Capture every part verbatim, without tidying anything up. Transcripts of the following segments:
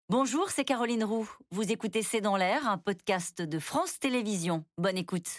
Bonjour, c'est Caroline Roux. Vous écoutez C'est dans l'air, un podcast de France Télévisions. Bonne écoute.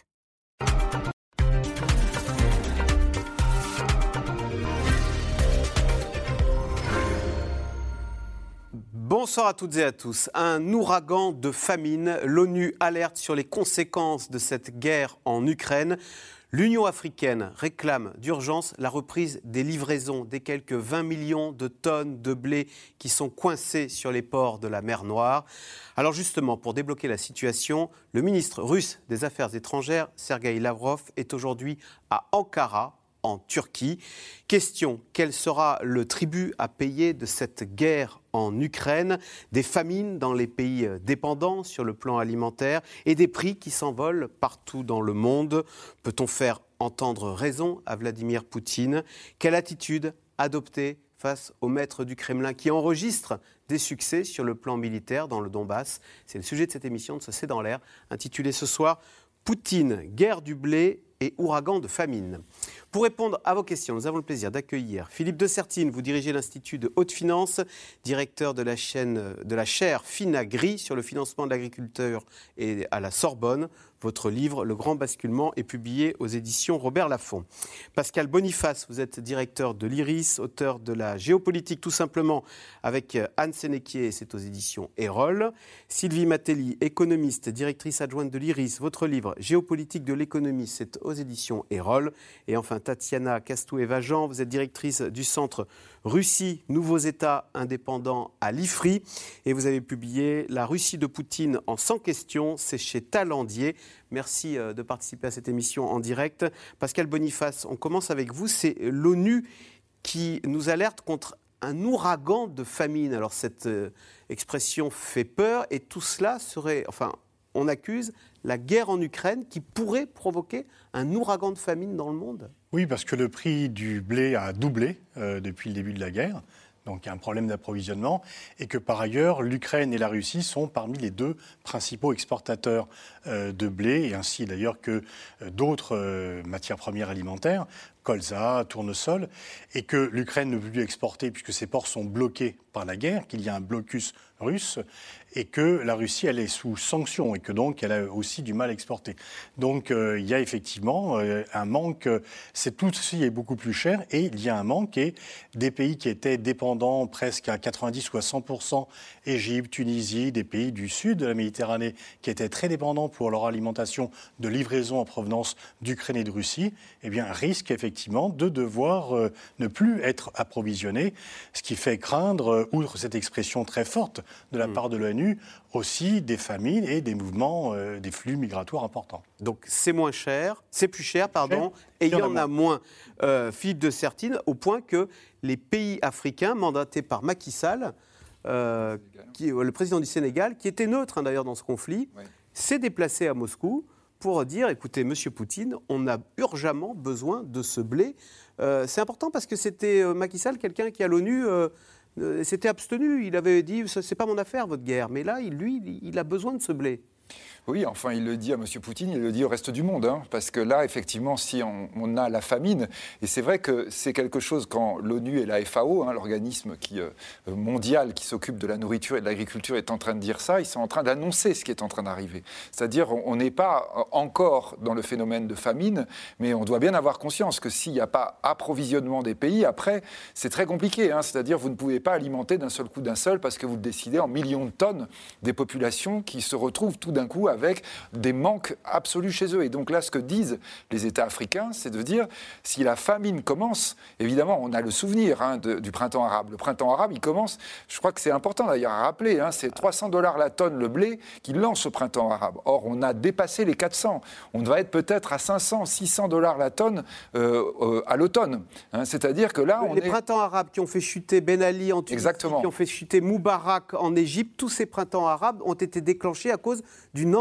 Bonsoir à toutes et à tous. Un ouragan de famine. L'ONU alerte sur les conséquences de cette guerre en Ukraine. L'Union africaine réclame d'urgence la reprise des livraisons des quelques vingt millions de tonnes de blé qui sont coincées sur les ports de la mer Noire. Alors justement, pour débloquer la situation, le ministre russe des Affaires étrangères, Sergueï Lavrov, est aujourd'hui à Ankara, en Turquie. Question, quel sera le tribut à payer de cette guerre en Ukraine, des famines dans les pays dépendants sur le plan alimentaire et des prix qui s'envolent partout dans le monde? Peut-on faire entendre raison à Vladimir Poutine? Quelle attitude adopter face au maître du Kremlin qui enregistre des succès sur le plan militaire dans le Donbass? C'est le sujet de cette émission de ce C'est dans l'air, intitulée ce soir « Poutine, guerre du blé et ouragan de famine ». Pour répondre à vos questions, nous avons le plaisir d'accueillir Philippe de Sertine. Vous dirigez l'Institut de haute finance, directeur de la, chaîne, de la chaire FINAGRI sur le financement de l'agriculture et à la Sorbonne. Votre livre, Le Grand Basculement, est publié aux éditions Robert Laffont. Pascal Boniface, vous êtes directeur de l'IRIS, auteur de la géopolitique tout simplement avec Anne Sénéquier, c'est aux éditions Erol. Sylvie Matelli, économiste, directrice adjointe de l'IRIS. Votre livre, Géopolitique de l'économie, c'est aux éditions Erol. Et enfin, Tatiana Castou-Evajan, vous êtes directrice du Centre Russie, Nouveaux États indépendants à l'I F R I. Et vous avez publié La Russie de Poutine en cent questions, c'est chez Talendier. Merci de participer à cette émission en direct. Pascal Boniface, on commence avec vous. C'est l'ONU qui nous alerte contre un ouragan de famine. Alors cette euh, expression fait peur et tout cela serait... Enfin, on accuse la guerre en Ukraine qui pourrait provoquer un ouragan de famine dans le monde. Oui, parce que le prix du blé a doublé euh, depuis le début de la guerre. Donc il y a un problème d'approvisionnement, et que par ailleurs, l'Ukraine et la Russie sont parmi les deux principaux exportateurs euh, de blé, et ainsi d'ailleurs que euh, d'autres euh, matières premières alimentaires, colza, tournesol, et que l'Ukraine ne peut plus exporter puisque ses ports sont bloqués par la guerre, qu'il y a un blocus russe, et que la Russie, elle est sous sanctions, et que donc elle a aussi du mal à exporter. Donc euh, il y a effectivement euh, un manque, c'est tout ceci est beaucoup plus cher, et il y a un manque, et des pays qui étaient dépendants presque à quatre-vingt-dix ou à cent pour cent, Égypte, Tunisie, des pays du sud de la Méditerranée, qui étaient très dépendants pour leur alimentation de livraisons en provenance d'Ukraine et de Russie, eh bien risquent effectivement de devoir euh, ne plus être approvisionnés, ce qui fait craindre, euh, outre cette expression très forte de la mmh. part de l'ONU, aussi des famines et des mouvements, euh, des flux migratoires importants. Donc c'est moins cher, c'est plus cher, pardon, cher. et il y, y en a moins, moins euh, Philippe de Sertine, au point que les pays africains mandatés par Macky Sall, euh, qui, le président du Sénégal, qui était neutre hein, d'ailleurs dans ce conflit, oui. s'est déplacé à Moscou pour dire, écoutez, Monsieur Poutine, on a urgemment besoin de ce blé. Euh, c'est important parce que c'était euh, Macky Sall, quelqu'un qui à l'ONU euh, euh, s'était abstenu. Il avait dit, c'est pas mon affaire votre guerre. Mais là, il, lui, il a besoin de ce blé. Oui, enfin, il le dit à M. Poutine, il le dit au reste du monde. Hein, parce que là, effectivement, si on, on a la famine, et c'est vrai que c'est quelque chose quand l'ONU et la F A O, hein, l'organisme qui, euh, mondial qui s'occupe de la nourriture et de l'agriculture, est en train de dire ça, ils sont en train d'annoncer ce qui est en train d'arriver. C'est-à-dire, on n'est pas encore dans le phénomène de famine, mais on doit bien avoir conscience que s'il n'y a pas approvisionnement des pays, après, c'est très compliqué. Hein, c'est-à-dire, vous ne pouvez pas alimenter d'un seul coup d'un seul, parce que vous le décidez en millions de tonnes des populations qui se retrouvent tout d'un coup à avec des manques absolus chez eux. Et donc là, ce que disent les États africains, c'est de dire, si la famine commence, évidemment, on a le souvenir hein, de, du printemps arabe. Le printemps arabe, il commence, je crois que c'est important d'ailleurs à rappeler, hein, c'est trois cents dollars la tonne le blé qui lance ce printemps arabe. Or, on a dépassé les quatre cents. On va être peut-être à cinq cents, six cents dollars la tonne euh, euh, à l'automne. Hein, c'est-à-dire que là, on les est... printemps arabes qui ont fait chuter Ben Ali en Tunisie, Exactement. qui ont fait chuter Moubarak en Égypte, tous ces printemps arabes ont été déclenchés à cause d'une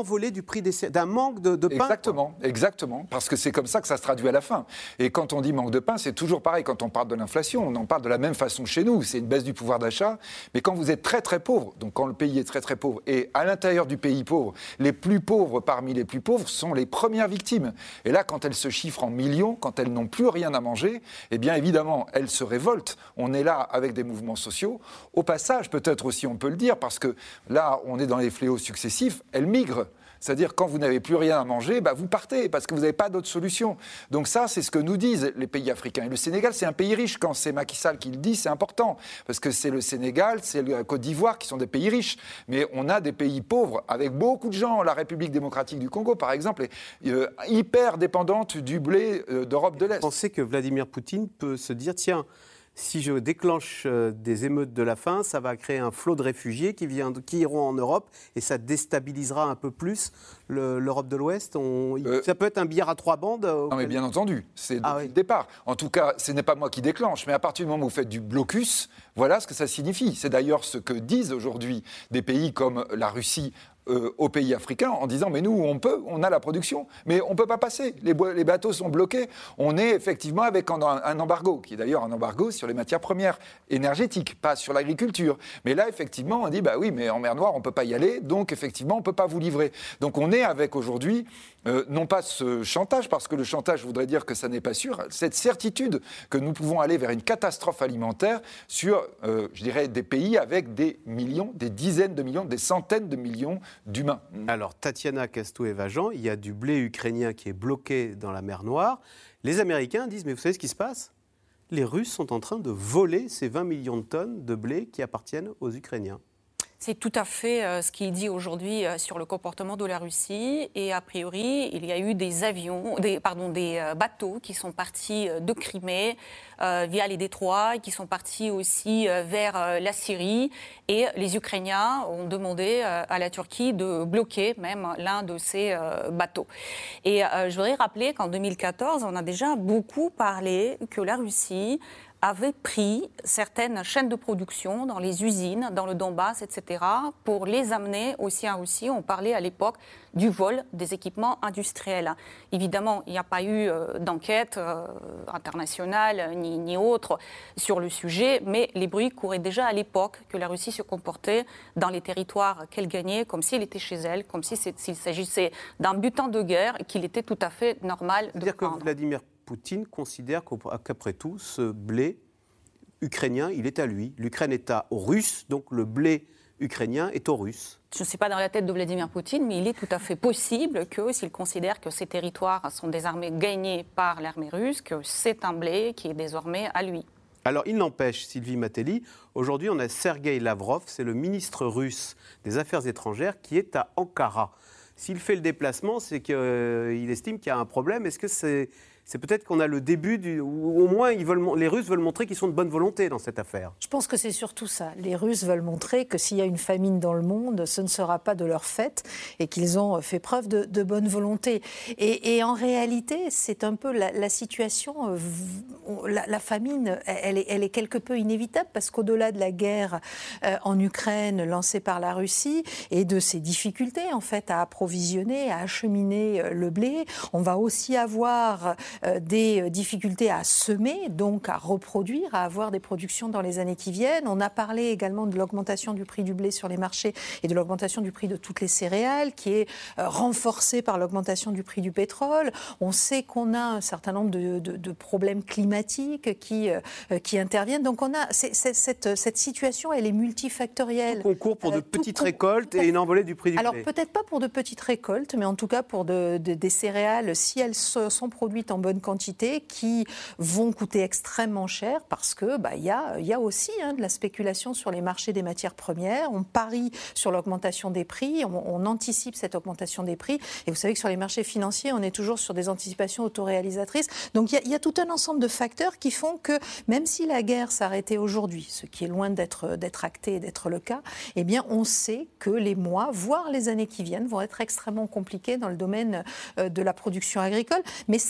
envolée du prix des, d'un manque de, de pain. Exactement, quoi. exactement, parce que c'est comme ça que ça se traduit à la fin. Et quand on dit manque de pain, c'est toujours pareil. Quand on parle de l'inflation, on en parle de la même façon chez nous. C'est une baisse du pouvoir d'achat. Mais quand vous êtes très très pauvre, donc quand le pays est très très pauvre, et à l'intérieur du pays pauvre, les plus pauvres parmi les plus pauvres sont les premières victimes. Et là, quand elles se chiffrent en millions, quand elles n'ont plus rien à manger, eh bien évidemment, elles se révoltent. On est là avec des mouvements sociaux. Au passage, peut-être aussi on peut le dire, parce que là, on est dans les fléaux successifs, elles migrent. C'est-à-dire, quand vous n'avez plus rien à manger, bah, vous partez, parce que vous n'avez pas d'autre solution. Donc ça, c'est ce que nous disent les pays africains. Et le Sénégal, c'est un pays riche. Quand c'est Macky Sall qui le dit, c'est important. Parce que c'est le Sénégal, c'est la Côte d'Ivoire qui sont des pays riches. Mais on a des pays pauvres, avec beaucoup de gens. La République démocratique du Congo, par exemple, est euh, hyper dépendante du blé euh, d'Europe de l'Est. Vous pensez que Vladimir Poutine peut se dire, tiens, si je déclenche des émeutes de la faim, ça va créer un flot de réfugiés qui, vient, qui iront en Europe et ça déstabilisera un peu plus le, l'Europe de l'Ouest. On, euh, ça peut être un billard à trois bandes. Non, mais bien entendu, c'est ah, depuis oui. le départ. En tout cas, ce n'est pas moi qui déclenche, mais à partir du moment où vous faites du blocus, voilà ce que ça signifie. C'est d'ailleurs ce que disent aujourd'hui des pays comme la Russie, Euh, aux pays africains en disant mais nous on peut, on a la production, mais on ne peut pas passer, les, bo- les bateaux sont bloqués, on est effectivement avec un, un embargo, qui est d'ailleurs un embargo sur les matières premières énergétiques, pas sur l'agriculture. Mais là effectivement on dit bah oui mais en mer Noire on ne peut pas y aller, donc effectivement on ne peut pas vous livrer. Donc on est avec aujourd'hui, euh, non pas ce chantage, parce que le chantage voudrait dire que ça n'est pas sûr, cette certitude que nous pouvons aller vers une catastrophe alimentaire sur, euh, je dirais, des pays avec des millions, des dizaines de millions, des centaines de millions d'humains. Alors, Tatiana Castou-Evajan, il y a du blé ukrainien qui est bloqué dans la mer Noire. Les Américains disent, mais vous savez ce qui se passe ? Les Russes sont en train de voler ces vingt millions de tonnes de blé qui appartiennent aux Ukrainiens. C'est tout à fait euh, ce qu'il dit aujourd'hui euh, sur le comportement de la Russie. Et a priori, il y a eu des avions, des, pardon, des euh, bateaux qui sont partis euh, de Crimée euh, via les détroits, qui sont partis aussi euh, vers euh, la Syrie. Et les Ukrainiens ont demandé euh, à la Turquie de bloquer même l'un de ces euh, bateaux. Et euh, je voudrais rappeler qu'en deux mille quatorze, on a déjà beaucoup parlé que la Russie avait pris certaines chaînes de production dans les usines, dans le Donbass, et cetera, pour les amener aussi en Russie. On parlait à l'époque du vol des équipements industriels. Évidemment, il n'y a pas eu euh, d'enquête euh, internationale ni, ni autre sur le sujet, mais les bruits couraient déjà à l'époque que la Russie se comportait dans les territoires qu'elle gagnait comme si elle était chez elle, comme si s'il s'agissait d'un butin de guerre qu'il était tout à fait normal de C'est-à-dire prendre. que Vladimir Poutine considère qu'après tout, ce blé ukrainien, il est à lui. L'Ukraine est à, aux Russes, donc le blé ukrainien est aux Russes. Je ne suis pas dans la tête de Vladimir Poutine, mais il est tout à fait possible que, s'il considère que ces territoires sont désormais gagnés par l'armée russe, que c'est un blé qui est désormais à lui. Alors, il n'empêche, Sylvie Matelli, aujourd'hui, on a Sergueï Lavrov, c'est le ministre russe des Affaires étrangères, qui est à Ankara. S'il fait le déplacement, c'est qu'il euh, estime qu'il y a un problème. Est-ce que c'est... C'est peut-être qu'on a le début, du, ou au moins ils veulent, les Russes veulent montrer qu'ils sont de bonne volonté dans cette affaire. Je pense que c'est surtout ça. Les Russes veulent montrer que s'il y a une famine dans le monde, ce ne sera pas de leur fait et qu'ils ont fait preuve de, de bonne volonté. Et, et en réalité, c'est un peu la, la situation, euh, la, la famine, elle est, elle est quelque peu inévitable parce qu'au-delà de la guerre euh, en Ukraine lancée par la Russie et de ses difficultés en fait à approvisionner, à acheminer euh, le blé, on va aussi avoir Euh, des difficultés à semer, donc à reproduire, à avoir des productions dans les années qui viennent. On a parlé également de l'augmentation du prix du blé sur les marchés et de l'augmentation du prix de toutes les céréales, qui est euh, renforcée par l'augmentation du prix du pétrole. On sait qu'on a un certain nombre de, de, de problèmes climatiques qui, euh, qui interviennent. Donc on a c'est, c'est, cette, cette situation, elle est multifactorielle. Tout concourt pour de euh, petites tout, récoltes tout, et une envolée du prix du alors, blé. Alors peut-être pas pour de petites récoltes, mais en tout cas pour de, de, des céréales, si elles sont produites en bonne quantité, qui vont coûter extrêmement cher parce que bah, y a, y a aussi hein, de la spéculation sur les marchés des matières premières. On parie sur l'augmentation des prix, on, on anticipe cette augmentation des prix. Et vous savez que sur les marchés financiers, on est toujours sur des anticipations autoréalisatrices. Donc il y, y a tout un ensemble de facteurs qui font que même si la guerre s'arrêtait aujourd'hui, ce qui est loin d'être, d'être acté et d'être le cas, eh bien on sait que les mois, voire les années qui viennent, vont être extrêmement compliqués dans le domaine de la production agricole. Mais ça nous rend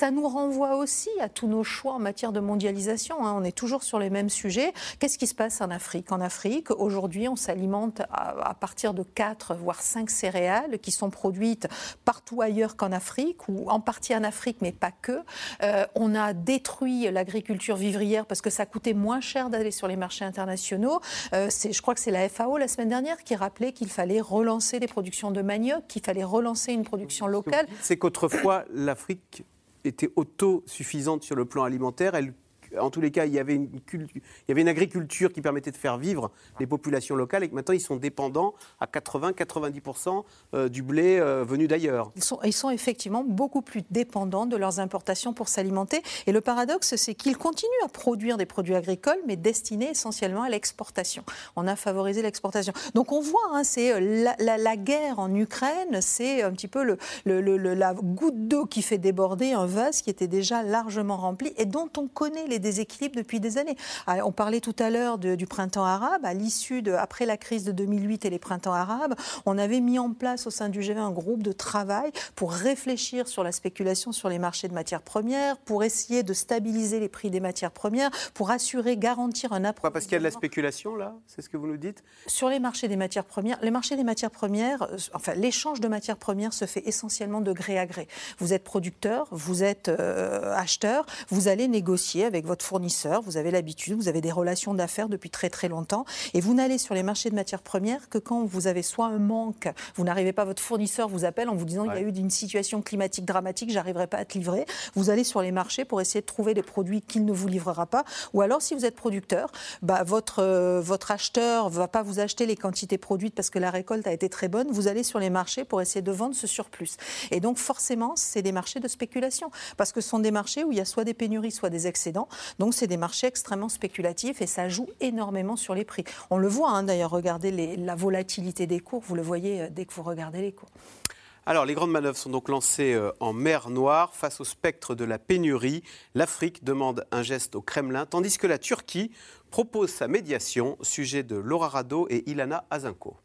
renvoie aussi à tous nos choix en matière de mondialisation. Hein. On est toujours sur les mêmes sujets. Qu'est-ce qui se passe en Afrique ? En Afrique, aujourd'hui, on s'alimente à, à partir de quatre, voire cinq céréales qui sont produites partout ailleurs qu'en Afrique, ou en partie en Afrique, mais pas que. Euh, on a détruit l'agriculture vivrière parce que ça coûtait moins cher d'aller sur les marchés internationaux. Euh, c'est, je crois que c'est la F A O la semaine dernière qui rappelait qu'il fallait relancer les productions de manioc, qu'il fallait relancer une production locale. C'est qu'autrefois, l'Afrique était autosuffisante sur le plan alimentaire. Elle En tous les cas, il y, avait une culture, il y avait une agriculture qui permettait de faire vivre les populations locales et que maintenant, ils sont dépendants à quatre-vingts à quatre-vingt-dix pour cent du blé venu d'ailleurs. Ils sont, ils sont effectivement beaucoup plus dépendants de leurs importations pour s'alimenter. Et le paradoxe, c'est qu'ils continuent à produire des produits agricoles, mais destinés essentiellement à l'exportation. On a favorisé l'exportation. Donc on voit, hein, c'est la, la, la guerre en Ukraine, c'est un petit peu le, le, le, la goutte d'eau qui fait déborder un vase qui était déjà largement rempli et dont on connaît les déséquilibres depuis des années. On parlait tout à l'heure de, du printemps arabe. À l'issue de, après la crise de deux mille huit et les printemps arabes, on avait mis en place au sein du G vingt un groupe de travail pour réfléchir sur la spéculation sur les marchés de matières premières, pour essayer de stabiliser les prix des matières premières, pour assurer, garantir un approvisionnement. Parce qu'il y a de la spéculation là, c'est ce que vous nous dites ? Sur les marchés des matières premières, les marchés des matières premières, enfin l'échange de matières premières se fait essentiellement de gré à gré. Vous êtes producteur, vous êtes euh, acheteur, vous allez négocier avec votre fournisseur, vous avez l'habitude, vous avez des relations d'affaires depuis très très longtemps et vous n'allez sur les marchés de matières premières que quand vous avez soit un manque, vous n'arrivez pas, votre fournisseur vous appelle en vous disant ouais. il y a eu une situation climatique dramatique, j'arriverai pas à te livrer, vous allez sur les marchés pour essayer de trouver des produits qu'il ne vous livrera pas, ou alors si vous êtes producteur, bah, votre, euh, votre acheteur va pas vous acheter les quantités produites parce que la récolte a été très bonne, vous allez sur les marchés pour essayer de vendre ce surplus. Et donc forcément, c'est des marchés de spéculation, parce que ce sont des marchés où il y a soit des pénuries, soit des excédents. Donc c'est des marchés extrêmement spéculatifs et ça joue énormément sur les prix. On le voit hein, d'ailleurs, regardez les, la volatilité des cours, vous le voyez dès que vous regardez les cours. Alors, les grandes manœuvres sont donc lancées en mer Noire face au spectre de la pénurie. L'Afrique demande un geste au Kremlin, tandis que la Turquie propose sa médiation. Sujet de Laura Rado et Ilana Azinko.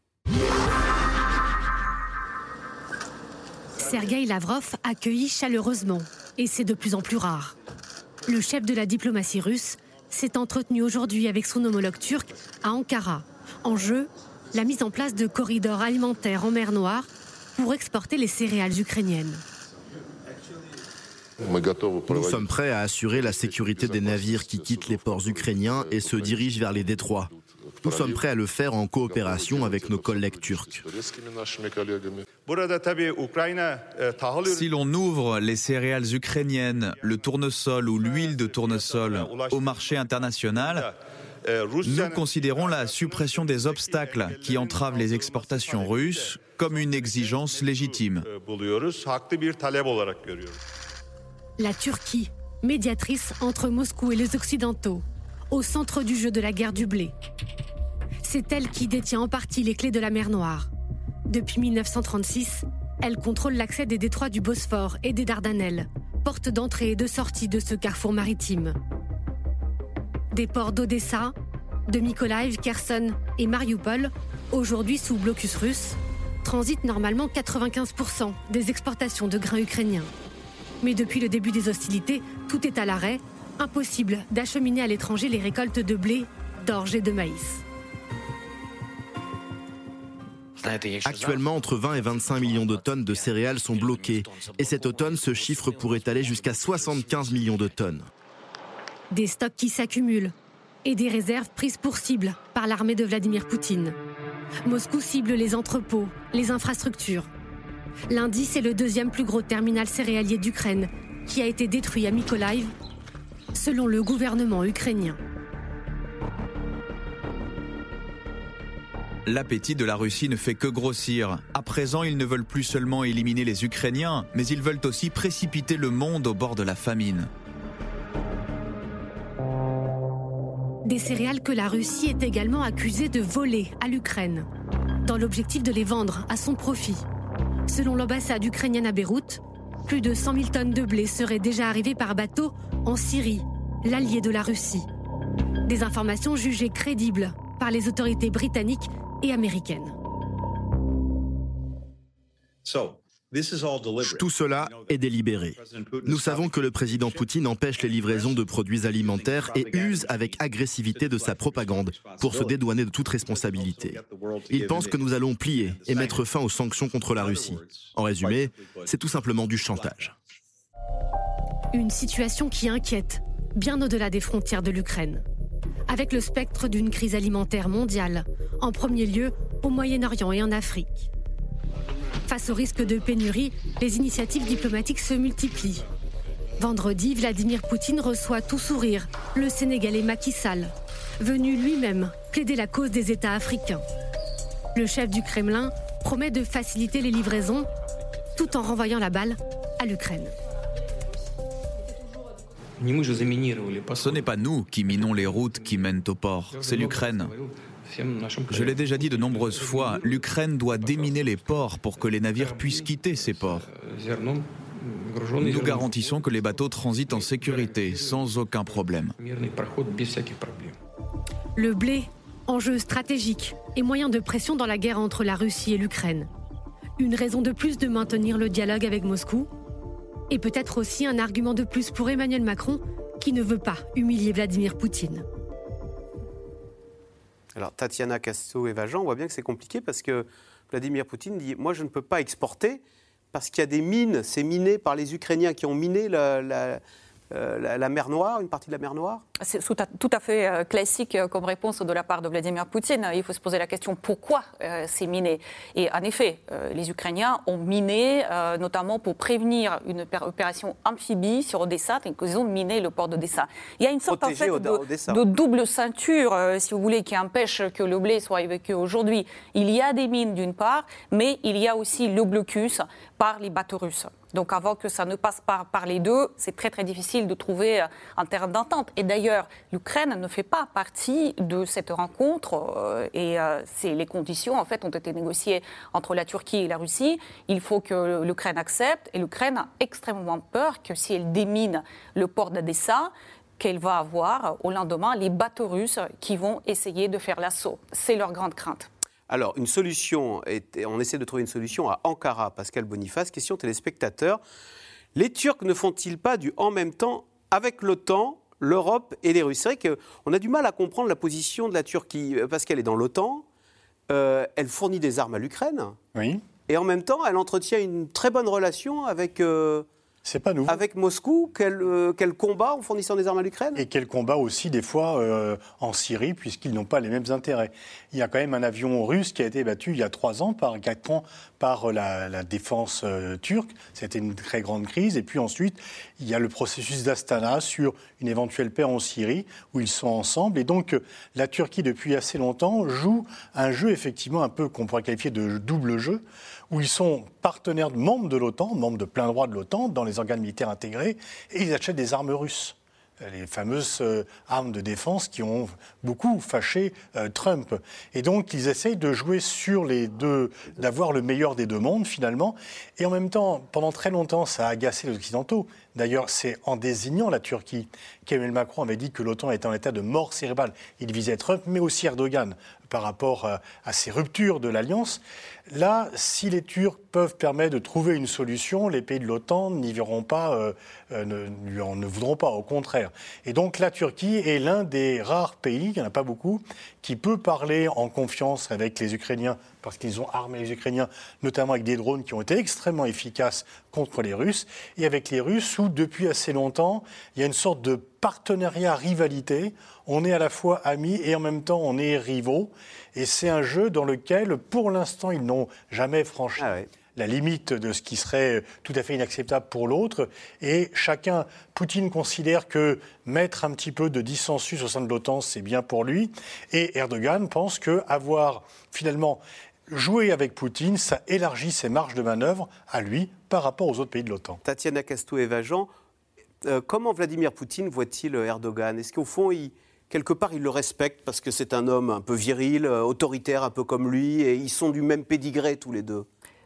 Sergueï Lavrov accueilli chaleureusement, et c'est de plus en plus rare. Le chef de la diplomatie russe s'est entretenu aujourd'hui avec son homologue turc à Ankara. En jeu, la mise en place de corridors alimentaires en mer Noire pour exporter les céréales ukrainiennes. Nous sommes prêts à assurer la sécurité des navires qui quittent les ports ukrainiens et se dirigent vers les détroits. Nous sommes prêts à le faire en coopération avec nos collègues turcs. Si l'on ouvre les céréales ukrainiennes, le tournesol ou l'huile de tournesol au marché international, nous considérons la suppression des obstacles qui entravent les exportations russes comme une exigence légitime. La Turquie, médiatrice entre Moscou et les Occidentaux, au centre du jeu de la guerre du blé. C'est elle qui détient en partie les clés de la mer Noire. Depuis mille neuf cent trente-six, elle contrôle l'accès des détroits du Bosphore et des Dardanelles, porte d'entrée et de sortie de ce carrefour maritime. Des ports d'Odessa, de Mykolaiv, Kherson et Mariupol, aujourd'hui sous blocus russe, transitent normalement quatre-vingt-quinze pour cent des exportations de grains ukrainiens. Mais depuis le début des hostilités, tout est à l'arrêt, impossible d'acheminer à l'étranger les récoltes de blé, d'orge et de maïs. Actuellement, entre vingt et vingt-cinq millions de tonnes de céréales sont bloquées. Et cet automne, ce chiffre pourrait aller jusqu'à soixante-quinze millions de tonnes. Des stocks qui s'accumulent et des réserves prises pour cible par l'armée de Vladimir Poutine. Moscou cible les entrepôts, les infrastructures. Lundi, c'est le deuxième plus gros terminal céréalier d'Ukraine qui a été détruit à Mykolaiv, selon le gouvernement ukrainien. L'appétit de la Russie ne fait que grossir. À présent, ils ne veulent plus seulement éliminer les Ukrainiens, mais ils veulent aussi précipiter le monde au bord de la famine. Des céréales que la Russie est également accusée de voler à l'Ukraine, dans l'objectif de les vendre à son profit. Selon l'ambassade ukrainienne à Beyrouth, plus de cent mille tonnes de blé seraient déjà arrivées par bateau en Syrie, l'allié de la Russie. Des informations jugées crédibles par les autorités britanniques et américaines. Tout cela est délibéré. Nous savons que le président Poutine empêche les livraisons de produits alimentaires et use avec agressivité de sa propagande pour se dédouaner de toute responsabilité. Il pense que nous allons plier et mettre fin aux sanctions contre la Russie. En résumé, c'est tout simplement du chantage. Une situation qui inquiète, bien au-delà des frontières de l'Ukraine. Avec le spectre d'une crise alimentaire mondiale, en premier lieu au Moyen-Orient et en Afrique. Face au risque de pénurie, les initiatives diplomatiques se multiplient. Vendredi, Vladimir Poutine reçoit tout sourire le Sénégalais Macky Sall, venu lui-même plaider la cause des États africains. Le chef du Kremlin promet de faciliter les livraisons tout en renvoyant la balle à l'Ukraine. Ce n'est pas nous qui minons les routes qui mènent au port, c'est l'Ukraine. Je l'ai déjà dit de nombreuses fois, l'Ukraine doit déminer les ports pour que les navires puissent quitter ces ports. Nous garantissons que les bateaux transitent en sécurité, sans aucun problème. Le blé, enjeu stratégique et moyen de pression dans la guerre entre la Russie et l'Ukraine. Une raison de plus de maintenir le dialogue avec Moscou. Et peut-être aussi un argument de plus pour Emmanuel Macron, qui ne veut pas humilier Vladimir Poutine. Alors, Tatiana Casteau-Evajan, on voit bien que c'est compliqué parce que Vladimir Poutine dit « Moi, je ne peux pas exporter parce qu'il y a des mines, c'est miné par les Ukrainiens qui ont miné la, la, euh, la, la mer Noire, une partie de la mer Noire ?» C'est tout à fait euh, classique euh, comme réponse de la part de Vladimir Poutine. Il faut se poser la question pourquoi euh, c'est miné. Et en effet, euh, les Ukrainiens ont miné, euh, notamment pour prévenir une opération amphibie sur Odessa, donc ils ont miné le port d'Odessa. Il y a une sorte en fait, de, de double ceinture, euh, si vous voulez, qui empêche que le blé soit évacué aujourd'hui. Il y a des mines d'une part, mais il y a aussi le blocus par les bateaux russes. Donc avant que ça ne passe par, par les deux, c'est très très difficile de trouver euh, un terrain d'entente. Et d'ailleurs, l'Ukraine ne fait pas partie de cette rencontre euh, et euh, c'est, les conditions en fait ont été négociées entre la Turquie et la Russie. Il faut que l'Ukraine accepte et l'Ukraine a extrêmement peur que si elle démine le port d'Odessa, qu'elle va avoir au lendemain les bateaux russes qui vont essayer de faire l'assaut. C'est leur grande crainte. Alors, une solution, on essaie de trouver une solution à Ankara. Pascal Boniface, question téléspectateur. Les Turcs ne font-ils pas du en même temps avec l'OTAN, l'Europe et les Russes? C'est vrai qu'on a du mal à comprendre la position de la Turquie, parce qu'elle est dans l'OTAN, euh, elle fournit des armes à l'Ukraine, oui. Et en même temps, elle entretient une très bonne relation avec... Euh, C'est pas nouveau. Avec Moscou, quel, euh, quel combat en fournissant des armes à l'Ukraine? Et quel combat aussi, des fois, euh, en Syrie, puisqu'ils n'ont pas les mêmes intérêts. Il y a quand même un avion russe qui a été battu il y a trois ans par, par la, la défense euh, turque. C'était une très grande crise. Et puis ensuite, il y a le processus d'Astana sur une éventuelle paix en Syrie, où ils sont ensemble. Et donc, la Turquie, depuis assez longtemps, joue un jeu, effectivement, un peu qu'on pourrait qualifier de double jeu, où ils sont partenaires, membres de l'OTAN, membres de plein droit de l'OTAN, dans les organes militaires intégrés, et ils achètent des armes russes. Les fameuses euh, armes de défense qui ont beaucoup fâché euh, Trump. Et donc, ils essayent de jouer sur les deux, d'avoir le meilleur des deux mondes, finalement. Et en même temps, pendant très longtemps, ça a agacé les Occidentaux. D'ailleurs, c'est en désignant la Turquie qu'Emmanuel Macron avait dit que l'OTAN était en état de mort cérébrale. Il visait Trump, mais aussi Erdogan, par rapport à, à ces ruptures de l'Alliance. Là, si les Turcs peuvent permettre de trouver une solution, les pays de l'OTAN n'y verront pas, euh, euh, ne, lui en, ne voudront pas, au contraire. Et donc la Turquie est l'un des rares pays, il n'y en a pas beaucoup, qui peut parler en confiance avec les Ukrainiens, parce qu'ils ont armé les Ukrainiens, notamment avec des drones qui ont été extrêmement efficaces contre les Russes, et avec les Russes où, depuis assez longtemps, il y a une sorte de partenariat, rivalité. On est à la fois amis et en même temps on est rivaux. Et c'est un jeu dans lequel, pour l'instant, ils n'ont jamais franchi ah ouais. la limite de ce qui serait tout à fait inacceptable pour l'autre. Et chacun, Poutine considère que mettre un petit peu de dissensus au sein de l'OTAN, c'est bien pour lui. Et Erdogan pense qu'avoir finalement joué avec Poutine, ça élargit ses marges de manœuvre à lui par rapport aux autres pays de l'OTAN. Tatiana Casteau-Evajan, euh, comment Vladimir Poutine voit-il Erdogan? Est-ce qu'au fond, il... quelque part, il le respecte parce que c'est un homme un peu viril, autoritaire, un peu comme lui, et ils sont du même pédigré tous les deux?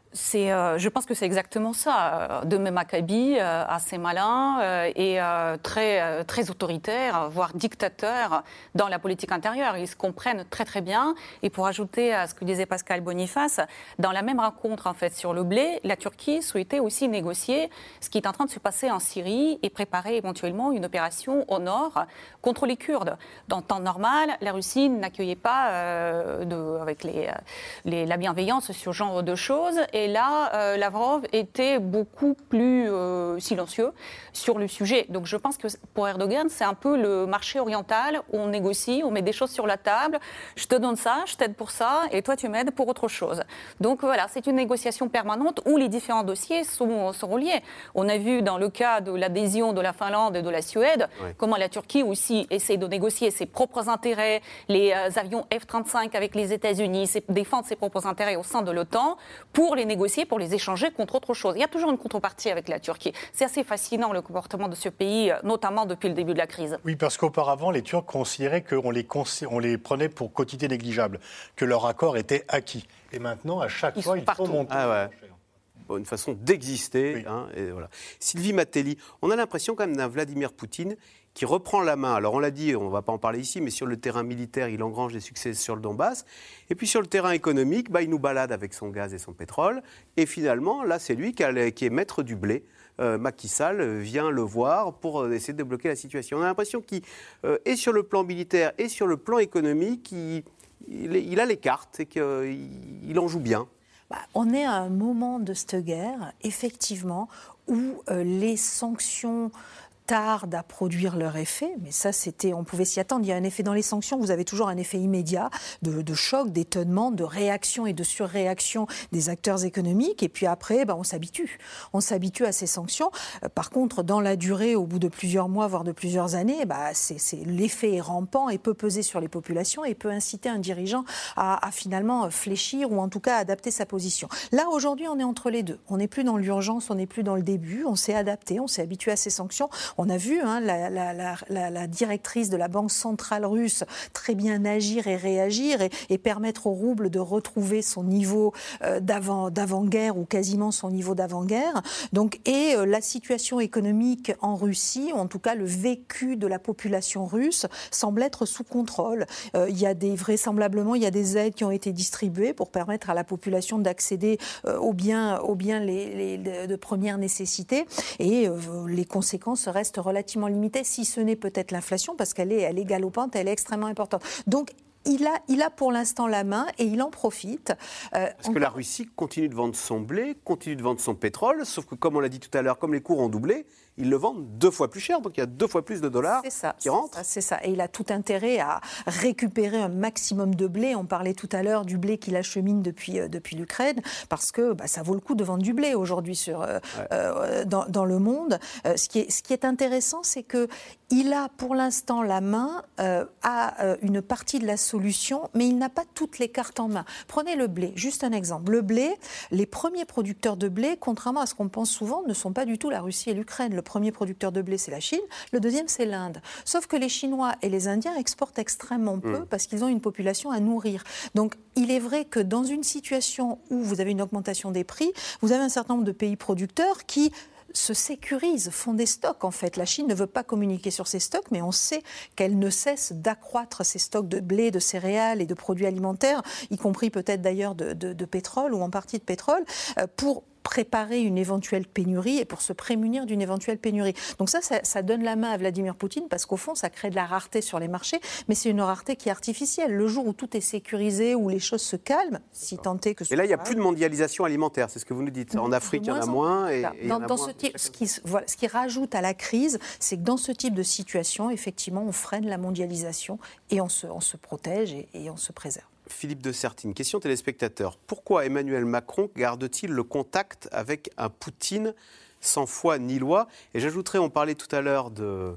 C'est, euh, je pense que c'est exactement ça. De Maccabi, euh, assez malin euh, et euh, très, euh, très autoritaire, voire dictateur dans la politique intérieure. Ils se comprennent très très bien. Et pour ajouter à ce que disait Pascal Boniface, dans la même rencontre en fait sur le blé, la Turquie souhaitait aussi négocier ce qui est en train de se passer en Syrie et préparer éventuellement une opération au nord contre les Kurdes. Dans le temps normal, la Russie n'accueillait pas euh, de, avec les, les, la bienveillance sur ce genre de choses. Et là, euh, Lavrov était beaucoup plus euh, silencieux sur le sujet. Donc je pense que pour Erdogan, c'est un peu le marché oriental où on négocie, on met des choses sur la table. Je te donne ça, je t'aide pour ça, et toi tu m'aides pour autre chose. Donc voilà, c'est une négociation permanente où les différents dossiers sont, sont reliés. On a vu dans le cas de l'adhésion de la Finlande et de la Suède, oui. comment la Turquie aussi essaie de négocier ses propres intérêts, les euh, avions F trente-cinq avec les États-Unis, ses, défendre ses propres intérêts au sein de l'OTAN pour les négocier, pour les échanger contre autre chose. Il y a toujours une contrepartie avec la Turquie. C'est assez fascinant le comportement de ce pays, notamment depuis le début de la crise. Oui, parce qu'auparavant, les Turcs considéraient qu'on les, consi- on les prenait pour quotidien négligeables, que leur accord était acquis. Et maintenant, à chaque Ils fois, il partout. faut monter. Ah ouais. Bon, une façon d'exister. Oui. Hein, et voilà. Sylvie Matelli, on a l'impression quand même d'un Vladimir Poutine qui reprend la main. Alors on l'a dit, on ne va pas en parler ici, mais sur le terrain militaire, il engrange des succès sur le Donbass. Et puis sur le terrain économique, bah, il nous balade avec son gaz et son pétrole. Et finalement, là, c'est lui qui, a, qui est maître du blé. Euh, Macky Sall vient le voir pour euh, essayer de débloquer la situation. On a l'impression qu'il euh, est sur le plan militaire et sur le plan économique, il, il, il a les cartes et qu'il euh, il en joue bien. Bah, on est à un moment de cette guerre, effectivement, où euh, les sanctions tardent à produire leur effet, mais ça, c'était, on pouvait s'y attendre. Il y a un effet dans les sanctions, vous avez toujours un effet immédiat de, de choc, d'étonnement, de réaction et de surréaction des acteurs économiques, et puis après, bah, on s'habitue. On s'habitue à ces sanctions. Euh, par contre, dans la durée, au bout de plusieurs mois, voire de plusieurs années, bah, c'est, c'est, l'effet est rampant et peut peser sur les populations et peut inciter un dirigeant à, à finalement fléchir ou en tout cas adapter sa position. Là, aujourd'hui, on est entre les deux. On n'est plus dans l'urgence, on n'est plus dans le début, on s'est adapté, on s'est habitué à ces sanctions. On a vu hein, la, la, la, la, la directrice de la Banque centrale russe très bien agir et réagir et, et permettre au rouble de retrouver son niveau euh, d'avant, d'avant-guerre ou quasiment son niveau d'avant-guerre. Donc, et euh, la situation économique en Russie, en tout cas le vécu de la population russe, semble être sous contrôle. Euh, il y a des, vraisemblablement, il y a des aides qui ont été distribuées pour permettre à la population d'accéder euh, aux biens, aux biens les, les, de première nécessité. Et euh, les conséquences restent relativement limitées, si ce n'est peut-être l'inflation, parce qu'elle est, elle est galopante, elle est extrêmement importante. Donc, Il a, il a pour l'instant la main et il en profite. Euh, Parce que la Russie continue de vendre son blé, continue de vendre son pétrole, sauf que comme on l'a dit tout à l'heure, comme les cours ont doublé, ils le vendent deux fois plus cher, donc il y a deux fois plus de dollars c'est ça, qui c'est rentrent. Ça, c'est ça, et il a tout intérêt à récupérer un maximum de blé. On parlait tout à l'heure du blé qu'il achemine depuis, euh, depuis l'Ukraine, parce que bah, ça vaut le coup de vendre du blé aujourd'hui sur, euh, ouais. euh, dans, dans le monde. Euh, ce, qui est, ce qui est intéressant, c'est qu'il a pour l'instant la main euh, à euh, une partie de la solution, mais il n'a pas toutes les cartes en main. Prenez le blé, juste un exemple. Le blé, les premiers producteurs de blé, contrairement à ce qu'on pense souvent, ne sont pas du tout la Russie et l'Ukraine. Le premier producteur de blé, c'est la Chine, le deuxième, c'est l'Inde. Sauf que les Chinois et les Indiens exportent extrêmement peu mmh. parce qu'ils ont une population à nourrir. Donc, il est vrai que dans une situation où vous avez une augmentation des prix, vous avez un certain nombre de pays producteurs qui se sécurisent, font des stocks en fait. La Chine ne veut pas communiquer sur ses stocks, mais on sait qu'elle ne cesse d'accroître ses stocks de blé, de céréales et de produits alimentaires, y compris peut-être d'ailleurs de, de, de pétrole ou en partie de pétrole, euh, pour préparer une éventuelle pénurie et pour se prémunir d'une éventuelle pénurie. Donc ça, ça, ça donne la main à Vladimir Poutine parce qu'au fond, ça crée de la rareté sur les marchés, mais c'est une rareté qui est artificielle. Le jour où tout est sécurisé, où les choses se calment, si tant est que ce Et là, il n'y a plus de mondialisation alimentaire, c'est ce que vous nous dites. En Afrique, il y en a moins. Et, et dans, y en a dans moins. Ce, type, ce, qui, voilà, ce qui rajoute à la crise, c'est que dans ce type de situation, effectivement, on freine la mondialisation et on se, on se protège et, et on se préserve. Philippe de Sertine, question téléspectateur. Pourquoi Emmanuel Macron garde-t-il le contact avec un Poutine sans foi ni loi ? Et j'ajouterais, on parlait tout à l'heure de,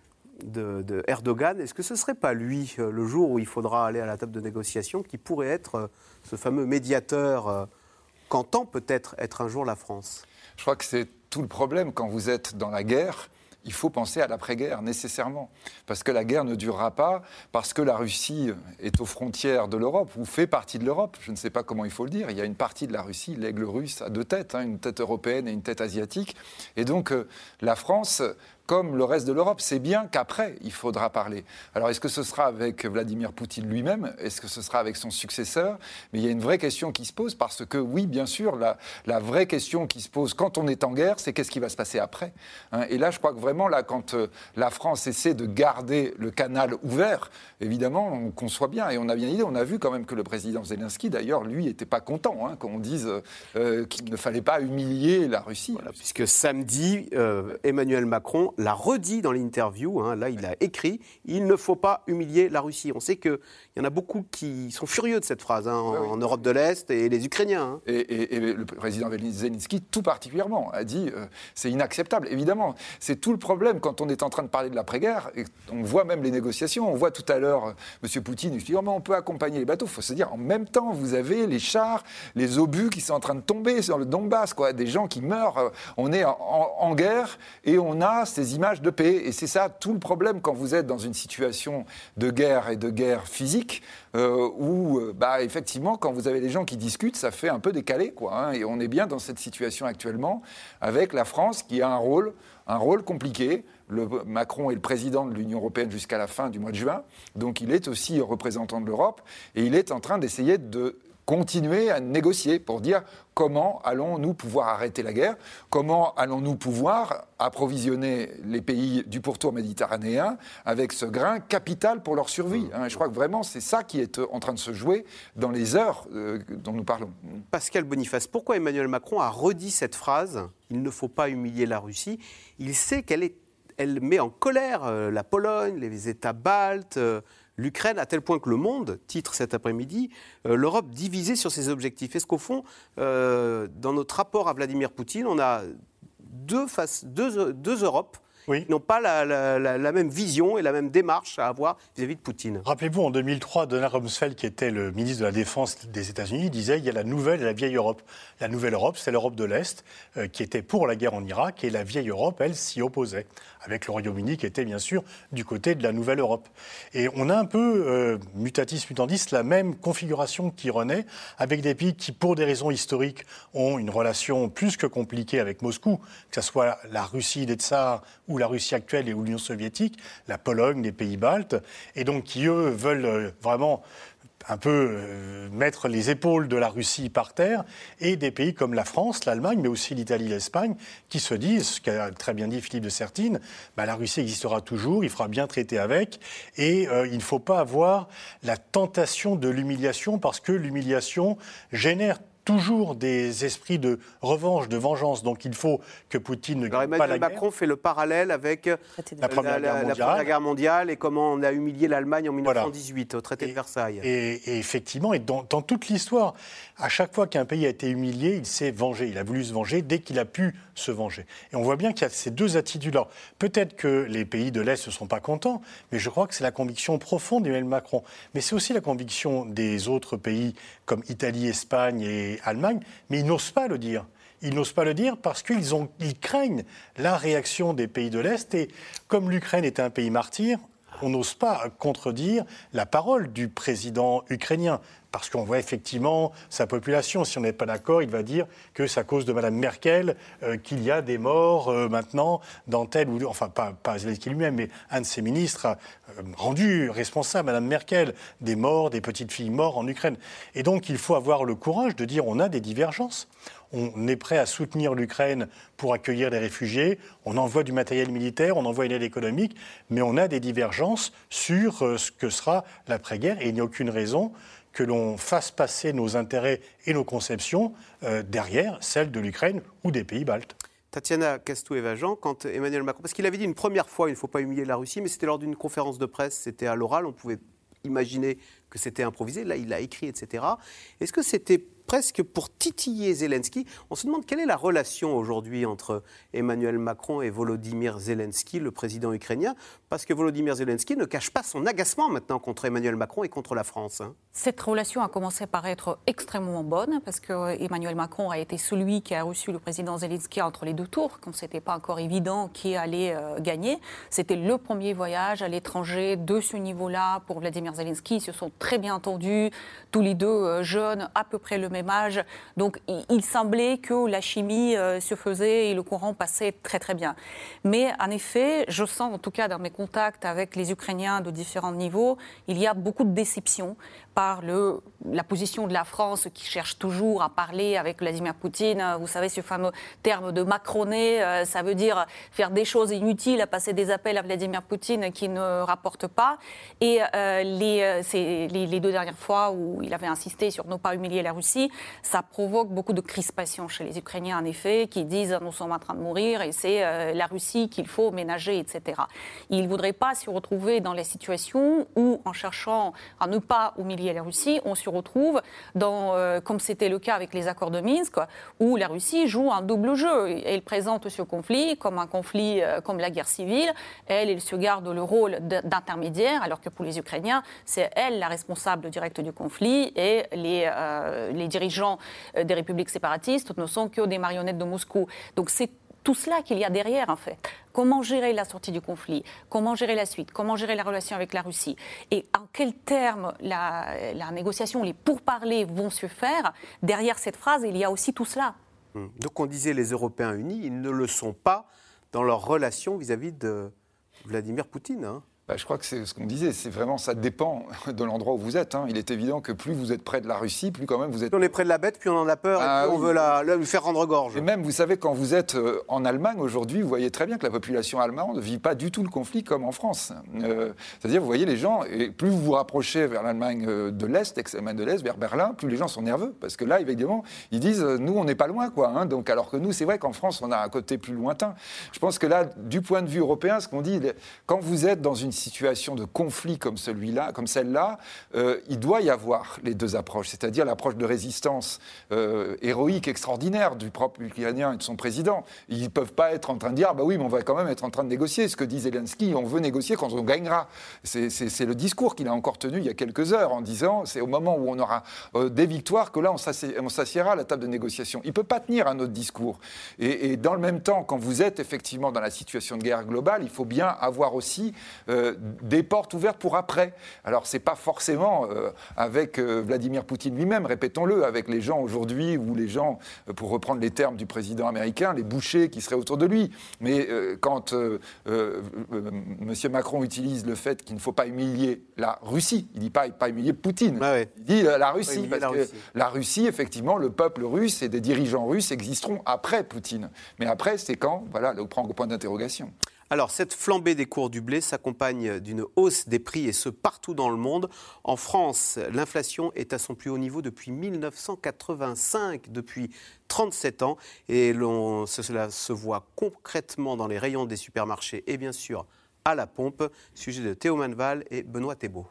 de, de Erdogan. Est-ce que ce ne serait pas lui, le jour où il faudra aller à la table de négociation, qui pourrait être ce fameux médiateur qu'entend peut-être être un jour la France ? Je crois que c'est tout le problème quand vous êtes dans la guerre. il faut penser à l'après-guerre, nécessairement. Parce que la guerre ne durera pas, parce que la Russie est aux frontières de l'Europe, ou fait partie de l'Europe. Je ne sais pas comment il faut le dire. Il y a une partie de la Russie, l'aigle russe, a deux têtes, hein, une tête européenne et une tête asiatique. Et donc, euh, la France, comme le reste de l'Europe, sait bien qu'après, il faudra parler. Alors, est-ce que ce sera avec Vladimir Poutine lui-même ? Est-ce que ce sera avec son successeur ? Mais il y a une vraie question qui se pose, parce que, oui, bien sûr, la, la vraie question qui se pose quand on est en guerre, c'est qu'est-ce qui va se passer après, hein ? Et là, je crois que vraiment, là, quand euh, la France essaie de garder le canal ouvert, évidemment, on conçoit bien, et on a bien idée, on a vu quand même que le président Zelensky, d'ailleurs, lui, n'était pas content, hein, qu'on dise euh, qu'il ne fallait pas humilier la Russie. Voilà, puisque samedi, euh, Emmanuel Macron l'a redit dans l'interview, hein, là il a écrit « Il ne faut pas humilier la Russie ». On sait qu'il y en a beaucoup qui sont furieux de cette phrase, hein, en, oui, oui. en Europe de l'Est, et les Ukrainiens. Hein. Et, et, et le président Zelensky, tout particulièrement, a dit euh, « c'est inacceptable ». Évidemment, c'est tout le problème quand on est en train de parler de l'après-guerre, et on voit même les négociations, on voit tout à l'heure euh, M. Poutine, il dit oh, « on peut accompagner les bateaux ». Il faut se dire, en même temps, vous avez les chars, les obus qui sont en train de tomber sur le Donbass, quoi, des gens qui meurent, on est en, en, en guerre, et on a ces images de paix. Et c'est ça tout le problème quand vous êtes dans une situation de guerre et de guerre physique, euh, où, bah, effectivement, quand vous avez les gens qui discutent, ça fait un peu décalé, quoi, hein, et on est bien dans cette situation actuellement, avec la France qui a un rôle, un rôle compliqué. Le, Macron est le président de l'Union européenne jusqu'à la fin du mois de juin, donc il est aussi représentant de l'Europe, et il est en train d'essayer de continuer à négocier pour dire comment allons-nous pouvoir arrêter la guerre, comment allons-nous pouvoir approvisionner les pays du pourtour méditerranéen avec ce grain capital pour leur survie. Hein. Je crois que vraiment c'est ça qui est en train de se jouer dans les heures euh, dont nous parlons. Pascal Boniface, pourquoi Emmanuel Macron a redit cette phrase « Il ne faut pas humilier la Russie ». Il sait qu'elle est, elle met en colère euh, la Pologne, les États baltes, euh, l'Ukraine, à tel point que Le Monde titre cet après-midi euh, « L'Europe divisée sur ses objectifs ». Est-ce qu'au fond, euh, dans notre rapport à Vladimir Poutine, on a deux, faces, deux, deux Europes oui. qui n'ont pas la, la, la, la même vision et la même démarche à avoir vis-à-vis de Poutine. Rappelez-vous, en deux mille trois, Donald Rumsfeld, qui était le ministre de la Défense des États-Unis, disait qu'il y a la nouvelle et la vieille Europe. La nouvelle Europe, c'est l'Europe de l'Est, euh, qui était pour la guerre en Irak, et la vieille Europe, elle, s'y opposait, avec le Royaume-Uni qui était bien sûr du côté de la nouvelle Europe. Et on a un peu, euh, mutatis mutandis, la même configuration qui renaît, avec des pays qui, pour des raisons historiques, ont une relation plus que compliquée avec Moscou, que ce soit la Russie des Tsars ou la Russie actuelle et ou l'Union soviétique, la Pologne, les pays baltes, et donc qui, eux, veulent euh, vraiment un peu euh, mettre les épaules de la Russie par terre, et des pays comme la France, l'Allemagne, mais aussi l'Italie, l'Espagne, qui se disent, ce qu'a très bien dit Philippe de Sertine, bah, la Russie existera toujours, il faudra bien traiter avec, et euh, il ne faut pas avoir la tentation de l'humiliation, parce que l'humiliation génère toujours des esprits de revanche, de vengeance. Donc il faut que Poutine ne gagne pas la guerre. Macron fait le parallèle avec la Première, la, la, la Première Guerre mondiale et comment on a humilié l'Allemagne en dix-neuf cent dix-huit, voilà. au traité et, de Versailles. Et, et effectivement, et dans, dans toute l'histoire, à chaque fois qu'un pays a été humilié, il s'est vengé. Il a voulu se venger dès qu'il a pu se venger. Et on voit bien qu'il y a ces deux attitudes-là. Peut-être que les pays de l'Est ne sont pas contents, mais je crois que c'est la conviction profonde d'Emmanuel Macron. Mais c'est aussi la conviction des autres pays comme Italie, Espagne et Allemagne, mais ils n'osent pas le dire. Ils n'osent pas le dire parce qu'ils ont, ils craignent la réaction des pays de l'Est. Et comme l'Ukraine est un pays martyr, on n'ose pas contredire la parole du président ukrainien. Parce qu'on voit effectivement sa population. Si on n'est pas d'accord, il va dire que c'est à cause de Mme Merkel euh, qu'il y a des morts euh, maintenant dans tel ou... Enfin, pas, pas Zelensky lui-même, mais un de ses ministres a euh, rendu responsable Mme Merkel des morts, des petites filles mortes en Ukraine. Et donc, il faut avoir le courage de dire on a des divergences. On est prêt à soutenir l'Ukraine pour accueillir les réfugiés, on envoie du matériel militaire, on envoie une aide économique, mais on a des divergences sur euh, ce que sera l'après-guerre et il n'y a aucune raison que l'on fasse passer nos intérêts et nos conceptions euh, derrière celles de l'Ukraine ou des pays baltes. Tatiana Castou-Evajan, quand Emmanuel Macron... Parce qu'il avait dit une première fois, il ne faut pas humilier la Russie, mais c'était lors d'une conférence de presse, c'était à l'oral, on pouvait imaginer que c'était improvisé. Là, il l'a écrit, et cetera. Est-ce que c'était presque pour titiller Zelensky? On se demande quelle est la relation aujourd'hui entre Emmanuel Macron et Volodymyr Zelensky, le président ukrainien, parce que Volodymyr Zelensky ne cache pas son agacement maintenant contre Emmanuel Macron et contre la France. Hein. Cette relation a commencé par être extrêmement bonne, parce que Emmanuel Macron a été celui qui a reçu le président Zelensky entre les deux tours, quand ce n'était pas encore évident qui allait euh, gagner. C'était le premier voyage à l'étranger de ce niveau-là pour Vladimir Zelensky. Ils se sont très bien entendus, tous les deux euh, jeunes, à peu près le même âge. Donc il, il semblait que la chimie euh, se faisait et le courant passait très très bien. Mais en effet, je sens en tout cas dans mes contacts avec les Ukrainiens de différents niveaux, il y a beaucoup de déception par le, la position de la France qui cherche toujours à parler avec Vladimir Poutine. Vous savez, ce fameux terme de macroner, euh, ça veut dire faire des choses inutiles, à passer des appels à Vladimir Poutine qui ne rapportent pas. Et euh, les, c'est les, les deux dernières fois où il avait insisté sur ne pas humilier la Russie, ça provoque beaucoup de crispation chez les Ukrainiens, en effet, qui disent « nous sommes en train de mourir et c'est euh, la Russie qu'il faut ménager, et cetera » Ils ne voudraient pas se retrouver dans les situations où, en cherchant à ne pas humilier la Russie, on se retrouve dans, euh, comme c'était le cas avec les accords de Minsk, où la Russie joue un double jeu. Elle présente ce conflit comme un conflit, euh, comme la guerre civile. Elle, elle se garde le rôle d'intermédiaire, alors que pour les Ukrainiens, c'est elle la responsable directe du conflit et les, euh, les dirigeants des républiques séparatistes ne sont que des marionnettes de Moscou. Donc c'est tout cela qu'il y a derrière, en fait. Comment gérer la sortie du conflit? Comment gérer la suite? Comment gérer la relation avec la Russie? Et en quels termes la, la négociation, les pourparlers vont se faire? Derrière cette phrase, il y a aussi tout cela. Donc on disait les Européens unis, ils ne le sont pas dans leur relation vis-à-vis de Vladimir Poutine, hein. Bah, je crois que c'est ce qu'on disait, c'est vraiment, ça dépend de l'endroit où vous êtes. Hein. Il est évident que plus vous êtes près de la Russie, plus quand même vous êtes... Plus on est près de la bête, plus on en a peur, ah, et plus oui. on veut la, la, lui faire rendre gorge. Et même, vous savez, quand vous êtes en Allemagne aujourd'hui, vous voyez très bien que la population allemande ne vit pas du tout le conflit comme en France. Euh, c'est-à-dire, vous voyez les gens, et plus vous vous rapprochez vers l'Allemagne de l'Est, ex-Allemagne de l'Est, vers Berlin, plus les gens sont nerveux. Parce que là, évidemment, ils disent, nous, on n'est pas loin, quoi. Hein. Donc, alors que nous, c'est vrai qu'en France, on a un côté plus lointain. Je pense que là, du point de vue européen, ce qu'on dit, quand vous êtes dans une situation de conflit comme celui-là, comme celle-là, euh, il doit y avoir les deux approches, c'est-à-dire l'approche de résistance euh, héroïque, extraordinaire du propre Ukrainien et de son président. Ils ne peuvent pas être en train de dire, bah oui, mais on va quand même être en train de négocier. Ce que dit Zelensky, on veut négocier quand on gagnera. C'est, c'est, c'est le discours qu'il a encore tenu il y a quelques heures en disant, c'est au moment où on aura euh, des victoires que là, on, s'assi- on s'assiera à la table de négociation. Il ne peut pas tenir un autre discours. Et, et dans le même temps, quand vous êtes effectivement dans la situation de guerre globale, il faut bien avoir aussi euh, des portes ouverte pour après. Alors, ce n'est pas forcément euh, avec euh, Vladimir Poutine lui-même, répétons-le, avec les gens aujourd'hui, ou les gens, euh, pour reprendre les termes du président américain, les bouchers qui seraient autour de lui. Mais euh, quand euh, euh, euh, M. Macron utilise le fait qu'il ne faut pas humilier la Russie, il ne dit pas, pas humilier Poutine, ah ouais. il dit euh, la Russie, parce la que Russie. la Russie, effectivement, le peuple russe et des dirigeants russes existeront après Poutine. Mais après, c'est quand? Voilà, on prend au point d'interrogation. Alors, cette flambée des cours du blé s'accompagne d'une hausse des prix, et ce, partout dans le monde. En France, l'inflation est à son plus haut niveau depuis mille neuf cent quatre-vingt-cinq, depuis trente-sept ans. Et l'on, cela se voit concrètement dans les rayons des supermarchés et bien sûr à la pompe. Sujet de Théo Manval et Benoît Thébault.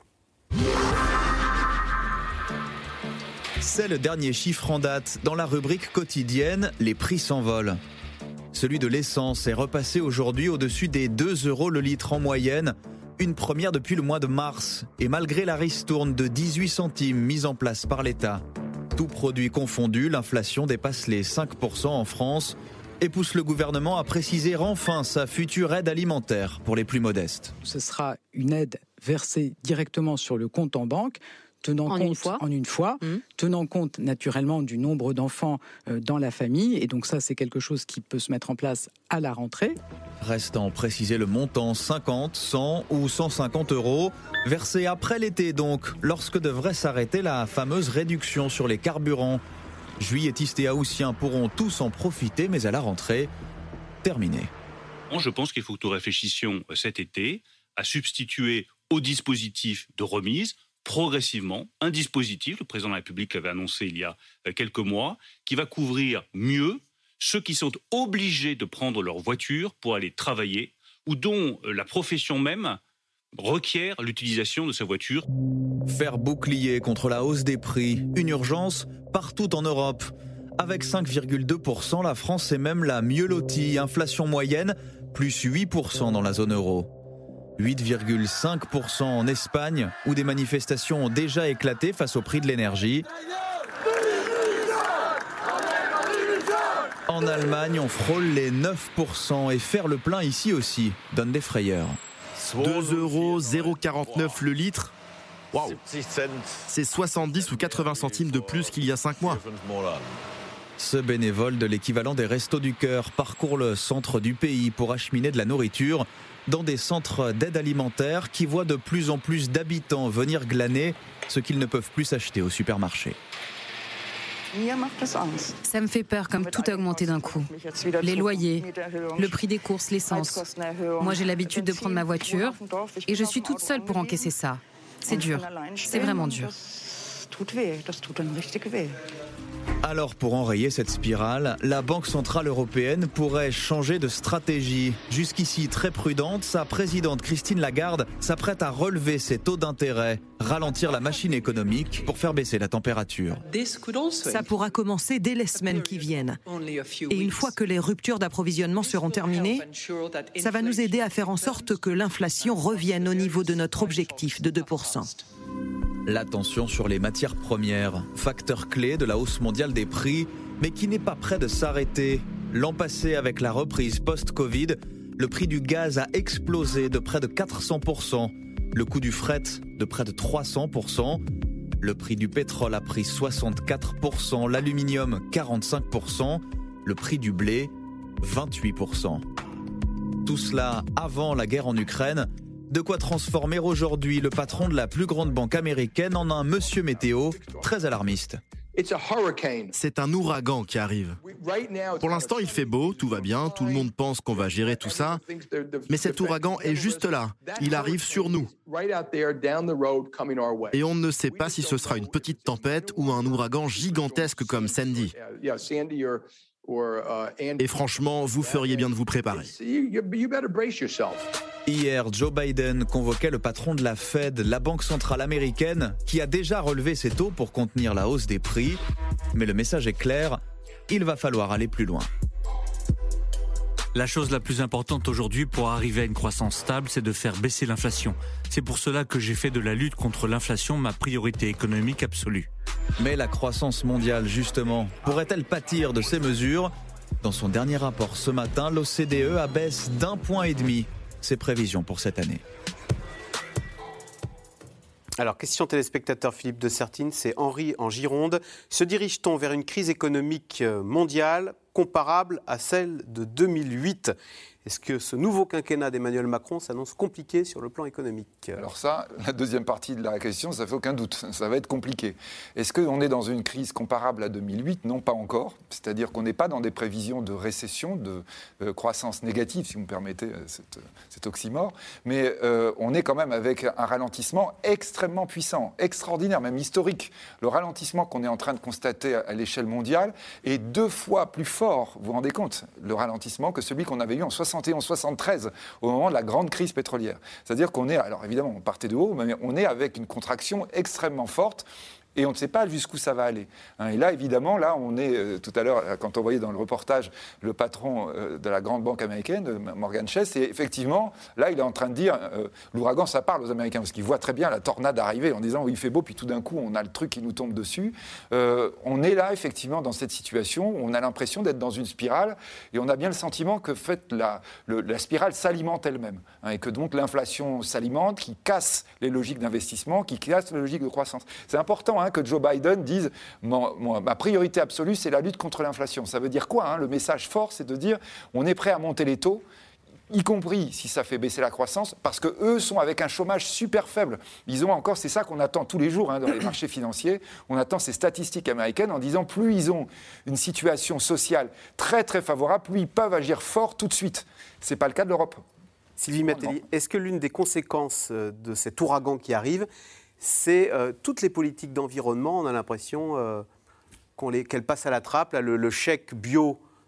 C'est le dernier chiffre en date. Dans la rubrique quotidienne, les prix s'envolent. Celui de l'essence est repassé aujourd'hui au-dessus des deux euros le litre en moyenne, une première depuis le mois de mars. Et malgré la ristourne de dix-huit centimes mise en place par l'État, tout produit confondu, l'inflation dépasse les cinq pour cent en France et pousse le gouvernement à préciser enfin sa future aide alimentaire pour les plus modestes. Ce sera une aide versée directement sur le compte en banque, tenant en compte une fois, en une fois mmh. tenant compte naturellement du nombre d'enfants euh, dans la famille. Et donc ça, c'est quelque chose qui peut se mettre en place à la rentrée. Reste à en préciser le montant, cinquante, cent ou cent cinquante euros, versé après l'été donc, lorsque devrait s'arrêter la fameuse réduction sur les carburants. Juilletistes et haussiens pourront tous en profiter, mais à la rentrée, terminé. Je pense qu'il faut que nous réfléchissions cet été à substituer au dispositif de remise progressivement un dispositif, le président de la République l'avait annoncé il y a quelques mois, qui va couvrir mieux ceux qui sont obligés de prendre leur voiture pour aller travailler ou dont la profession même requiert l'utilisation de sa voiture. Faire bouclier contre la hausse des prix, une urgence partout en Europe. Avec cinq virgule deux pour cent, la France est même la mieux lotie. Inflation moyenne, plus huit pour cent dans la zone euro. huit virgule cinq pour cent en Espagne, où des manifestations ont déjà éclaté face au prix de l'énergie. En Allemagne, on frôle les neuf pour cent et faire le plein ici aussi donne des frayeurs. deux euros zéro virgule quarante-neuf le litre. Waouh, c'est soixante-dix ou quatre-vingts centimes de plus qu'il y a cinq mois. Ce bénévole de l'équivalent des Restos du Cœur parcourt le centre du pays pour acheminer de la nourriture dans des centres d'aide alimentaire qui voient de plus en plus d'habitants venir glaner ce qu'ils ne peuvent plus acheter au supermarché. Ça me fait peur comme tout a augmenté d'un coup. Les loyers, le prix des courses, l'essence. Moi j'ai l'habitude de prendre ma voiture et je suis toute seule pour encaisser ça. C'est dur, c'est vraiment dur. Alors pour enrayer cette spirale, la Banque Centrale Européenne pourrait changer de stratégie. Jusqu'ici très prudente, sa présidente Christine Lagarde s'apprête à relever ses taux d'intérêt, ralentir la machine économique pour faire baisser la température. Ça pourra commencer dès les semaines qui viennent. Et une fois que les ruptures d'approvisionnement seront terminées, ça va nous aider à faire en sorte que l'inflation revienne au niveau de notre objectif de deux pour cent. La tension sur les matières premières, facteur clé de la hausse mondiale des prix, mais qui n'est pas près de s'arrêter. L'an passé, avec la reprise post-Covid, le prix du gaz a explosé de près de quatre cents pour cent, le coût du fret de près de trois cents pour cent, le prix du pétrole a pris soixante-quatre pour cent, l'aluminium quarante-cinq pour cent, le prix du blé vingt-huit pour cent. Tout cela avant la guerre en Ukraine. De quoi transformer aujourd'hui le patron de la plus grande banque américaine en un monsieur météo très alarmiste. C'est un ouragan qui arrive. Pour l'instant, il fait beau, tout va bien, tout le monde pense qu'on va gérer tout ça. Mais cet ouragan est juste là. Il arrive sur nous. Et on ne sait pas si ce sera une petite tempête ou un ouragan gigantesque comme Sandy. Et franchement, vous feriez bien de vous préparer. Hier, Joe Biden convoquait le patron de la Fed, la banque centrale américaine, qui a déjà relevé ses taux pour contenir la hausse des prix. Mais le message est clair, il va falloir aller plus loin. La chose la plus importante aujourd'hui pour arriver à une croissance stable, c'est de faire baisser l'inflation. C'est pour cela que j'ai fait de la lutte contre l'inflation ma priorité économique absolue. Mais la croissance mondiale, justement, pourrait-elle pâtir de ces mesures ? Dans son dernier rapport ce matin, l'O C D E abaisse d'un point et demi ses prévisions pour cette année. Alors, question téléspectateur Philippe de Sertine, c'est Henri en Gironde. Se dirige-t-on vers une crise économique mondiale comparable à celle de deux mille huit ? Est-ce que ce nouveau quinquennat d'Emmanuel Macron s'annonce compliqué sur le plan économique ? Alors ça, la deuxième partie de la question, ça fait aucun doute, ça va être compliqué. Est-ce qu'on est dans une crise comparable à deux mille huit ? Non, pas encore. C'est-à-dire qu'on n'est pas dans des prévisions de récession, de euh, croissance négative, si vous me permettez cette, cet oxymore, mais euh, on est quand même avec un ralentissement extrêmement puissant, extraordinaire, même historique. Le ralentissement qu'on est en train de constater à, à l'échelle mondiale est deux fois plus fort, vous vous rendez compte, le ralentissement que celui qu'on avait eu en soixante et onze soixante-treize, au moment de la grande crise pétrolière. C'est-à-dire qu'on est, alors évidemment, on partait de haut, mais on est avec une contraction extrêmement forte. Et on ne sait pas jusqu'où ça va aller. Et là, évidemment, là, on est, euh, tout à l'heure, quand on voyait dans le reportage le patron euh, de la grande banque américaine, Morgan Chase, et effectivement, là, il est en train de dire, euh, l'ouragan, ça parle aux Américains, parce qu'ils voient très bien la tornade arriver en disant, oui, il fait beau, puis tout d'un coup, on a le truc qui nous tombe dessus. Euh, on est là, effectivement, dans cette situation, où on a l'impression d'être dans une spirale, et on a bien le sentiment que fait, la, le, la spirale s'alimente elle-même, hein, et que donc l'inflation s'alimente, qui casse les logiques d'investissement, qui casse les logiques de croissance. C'est important, hein, que Joe Biden dise mon, mon, ma priorité absolue, c'est la lutte contre l'inflation. Ça veut dire quoi, hein ? Le message fort, c'est de dire on est prêt à monter les taux, y compris si ça fait baisser la croissance, parce qu'eux sont avec un chômage super faible. Ils ont encore, c'est ça qu'on attend tous les jours hein, dans les marchés financiers, on attend ces statistiques américaines en disant plus ils ont une situation sociale très très favorable, plus ils peuvent agir fort tout de suite. Ce n'est pas le cas de l'Europe. Sylvie Matelli, est-ce que l'une des conséquences de cet ouragan qui arrive, c'est euh, toutes les politiques d'environnement, on a l'impression euh, qu'on les, qu'elles passent à la trappe. Là, le, le chèque bio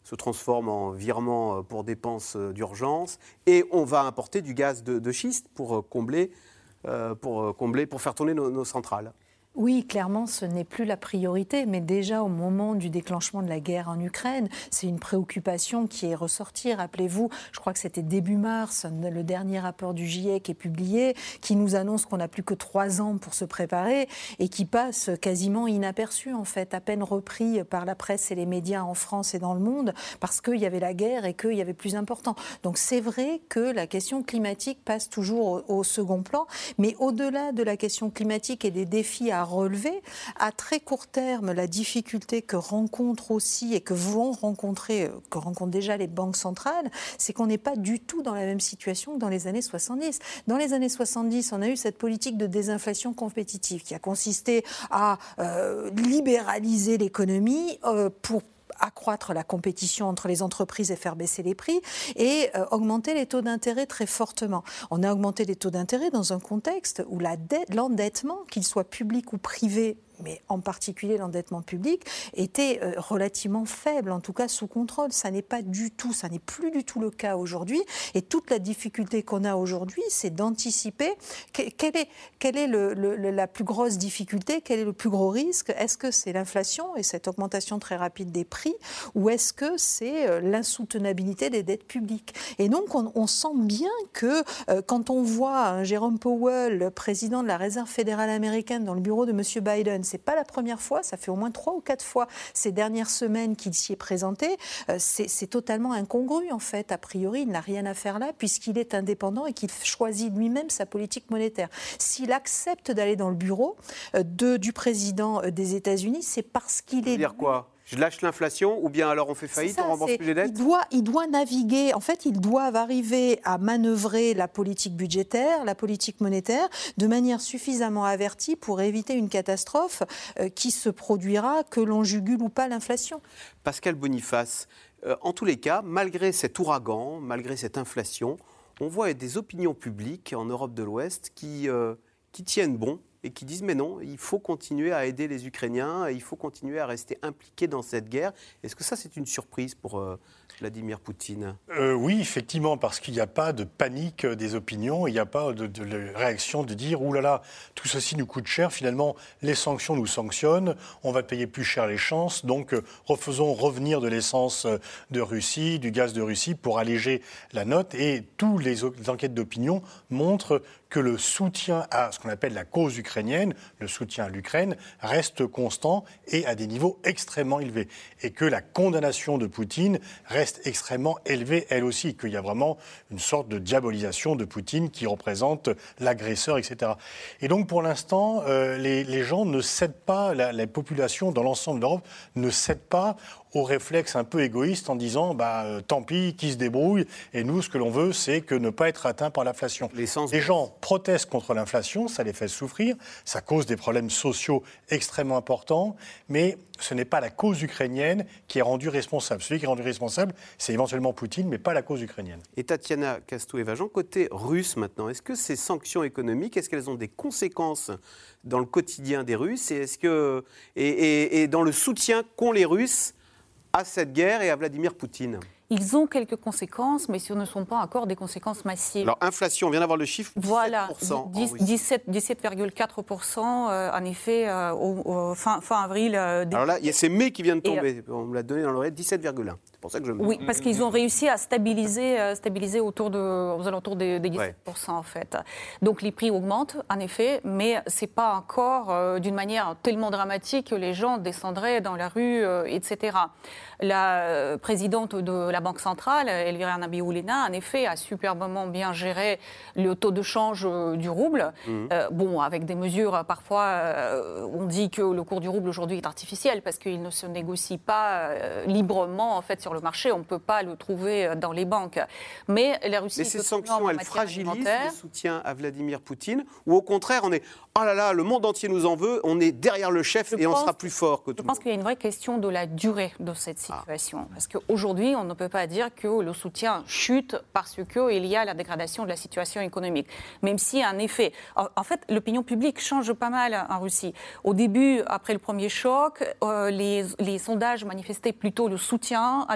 se transforme en virement pour dépenses d'urgence, et on va importer du gaz de, de schiste pour combler, euh, pour combler, pour faire tourner nos, nos centrales. Oui, clairement, ce n'est plus la priorité, mais déjà au moment du déclenchement de la guerre en Ukraine, c'est une préoccupation qui est ressortie. Rappelez-vous, je crois que c'était début mars, le dernier rapport du GIEC est publié, qui nous annonce qu'on n'a plus que trois ans pour se préparer et qui passe quasiment inaperçu, en fait, à peine repris par la presse et les médias en France et dans le monde, parce qu'il y avait la guerre et qu'il y avait plus important. Donc c'est vrai que la question climatique passe toujours au, au second plan, mais au-delà de la question climatique et des défis à relever, à très court terme, la difficulté que rencontrent aussi et que vont rencontrer, que rencontrent déjà les banques centrales, c'est qu'on n'est pas du tout dans la même situation que dans les années soixante-dix. Dans les années soixante-dix, on a eu cette politique de désinflation compétitive qui a consisté à euh, libéraliser l'économie euh, pour accroître la compétition entre les entreprises et faire baisser les prix et euh, augmenter les taux d'intérêt très fortement. On a augmenté les taux d'intérêt dans un contexte où la dette, l'endettement, qu'il soit public ou privé, mais en particulier l'endettement public, était euh, relativement faible, en tout cas sous contrôle. Ça n'est pas du tout, ça n'est plus du tout le cas aujourd'hui. Et toute la difficulté qu'on a aujourd'hui, c'est d'anticiper que, quelle est, quelle est le, le, la plus grosse difficulté, quel est le plus gros risque. Est-ce que c'est l'inflation et cette augmentation très rapide des prix, ou est-ce que c'est euh, l'insoutenabilité des dettes publiques? Et donc on, on sent bien que euh, quand on voit hein, Jérôme Powell, le président de la Réserve fédérale américaine, dans le bureau de M. Biden, c'est pas la première fois, ça fait au moins trois ou quatre fois ces dernières semaines qu'il s'y est présenté. Euh, c'est, c'est totalement incongru en fait. A priori, il n'a rien à faire là puisqu'il est indépendant et qu'il choisit lui-même sa politique monétaire. S'il accepte d'aller dans le bureau euh, de, du président euh, des États-Unis, c'est parce qu'il est... dire quoi ? Je lâche l'inflation ou bien alors on fait faillite, ça, on rembourse plus les dettes? il doit, il doit naviguer, en fait, ils doivent arriver à manœuvrer la politique budgétaire, la politique monétaire, de manière suffisamment avertie pour éviter une catastrophe euh, qui se produira, que l'on jugule ou pas l'inflation. Pascal Boniface, euh, en tous les cas, malgré cet ouragan, malgré cette inflation, on voit des opinions publiques en Europe de l'Ouest qui, euh, qui tiennent bon et qui disent mais non, il faut continuer à aider les Ukrainiens, il faut continuer à rester impliqué dans cette guerre. Est-ce que ça, c'est une surprise pour euh, Vladimir Poutine ? euh, Oui, effectivement, parce qu'il n'y a pas de panique des opinions, il n'y a pas de, de, de réaction de dire « Ouh là là, tout ceci nous coûte cher, finalement, les sanctions nous sanctionnent, on va payer plus cher l'essence, donc euh, refaisons revenir de l'essence de Russie, du gaz de Russie pour alléger la note. » Et toutes les, les enquêtes d'opinion montrent que le soutien à ce qu'on appelle la cause ukrainienne, le soutien à l'Ukraine, reste constant et à des niveaux extrêmement élevés. Et que la condamnation de Poutine reste extrêmement élevée, elle aussi, qu'il y a vraiment une sorte de diabolisation de Poutine qui représente l'agresseur, et cetera. Et donc, pour l'instant, euh, les, les gens ne cèdent pas, la, la population dans l'ensemble de l'Europe ne cède pas au réflexe un peu égoïste en disant bah, euh, tant pis, qui se débrouille, et nous, ce que l'on veut, c'est que ne pas être atteint par l'inflation. L'essence... Les gens protestent contre l'inflation, ça les fait souffrir, ça cause des problèmes sociaux extrêmement importants, mais ce n'est pas la cause ukrainienne qui est rendue responsable. Celui qui est rendu responsable, c'est éventuellement Poutine, mais pas la cause ukrainienne. Et Tatiana Castou-Evajan, côté russe maintenant, est-ce que ces sanctions économiques, est-ce qu'elles ont des conséquences dans le quotidien des Russes et, est-ce que, et, et, et dans le soutien qu'ont les Russes à cette guerre et à Vladimir Poutine? Ils ont quelques conséquences, mais ce ne sont pas encore des conséquences massives. Alors, inflation, on vient d'avoir le chiffre, voilà, dix-sept pour cent dix-sept virgule quatre pour cent euh, en effet euh, au, au fin, fin avril. Euh, Alors là, c'est mai qui vient de tomber, et, on me l'a donné dans l'oreille, dix-sept virgule un. C'est pour ça que je me... Oui, parce qu'ils ont réussi à stabiliser, euh, stabiliser autour de, aux alentours des, des dix-sept pour cent ouais. en fait. Donc les prix augmentent, en effet, mais ce n'est pas encore euh, d'une manière tellement dramatique que les gens descendraient dans la rue, euh, et cetera. La euh, présidente de la Banque centrale, Elvira Nabiulina, en effet, a superbement bien géré le taux de change euh, du rouble. Mmh. Euh, bon, avec des mesures, parfois, euh, on dit que le cours du rouble aujourd'hui est artificiel parce qu'il ne se négocie pas euh, librement, en fait, sur le marché. On ne peut pas le trouver dans les banques. Mais la Russie... Mais ces sanctions, elles fragilisent le soutien à Vladimir Poutine, ou au contraire, on est « oh là là, le monde entier nous en veut, on est derrière le chef je et pense, on sera plus fort que tout le monde ». Je pense qu'il y a une vraie question de la durée de cette situation. Ah. Parce qu'aujourd'hui, on ne peut pas dire que le soutien chute parce qu'il y a la dégradation de la situation économique. Même si, en effet, en, en fait, l'opinion publique change pas mal en Russie. Au début, après le premier choc, euh, les, les sondages manifestaient plutôt le soutien à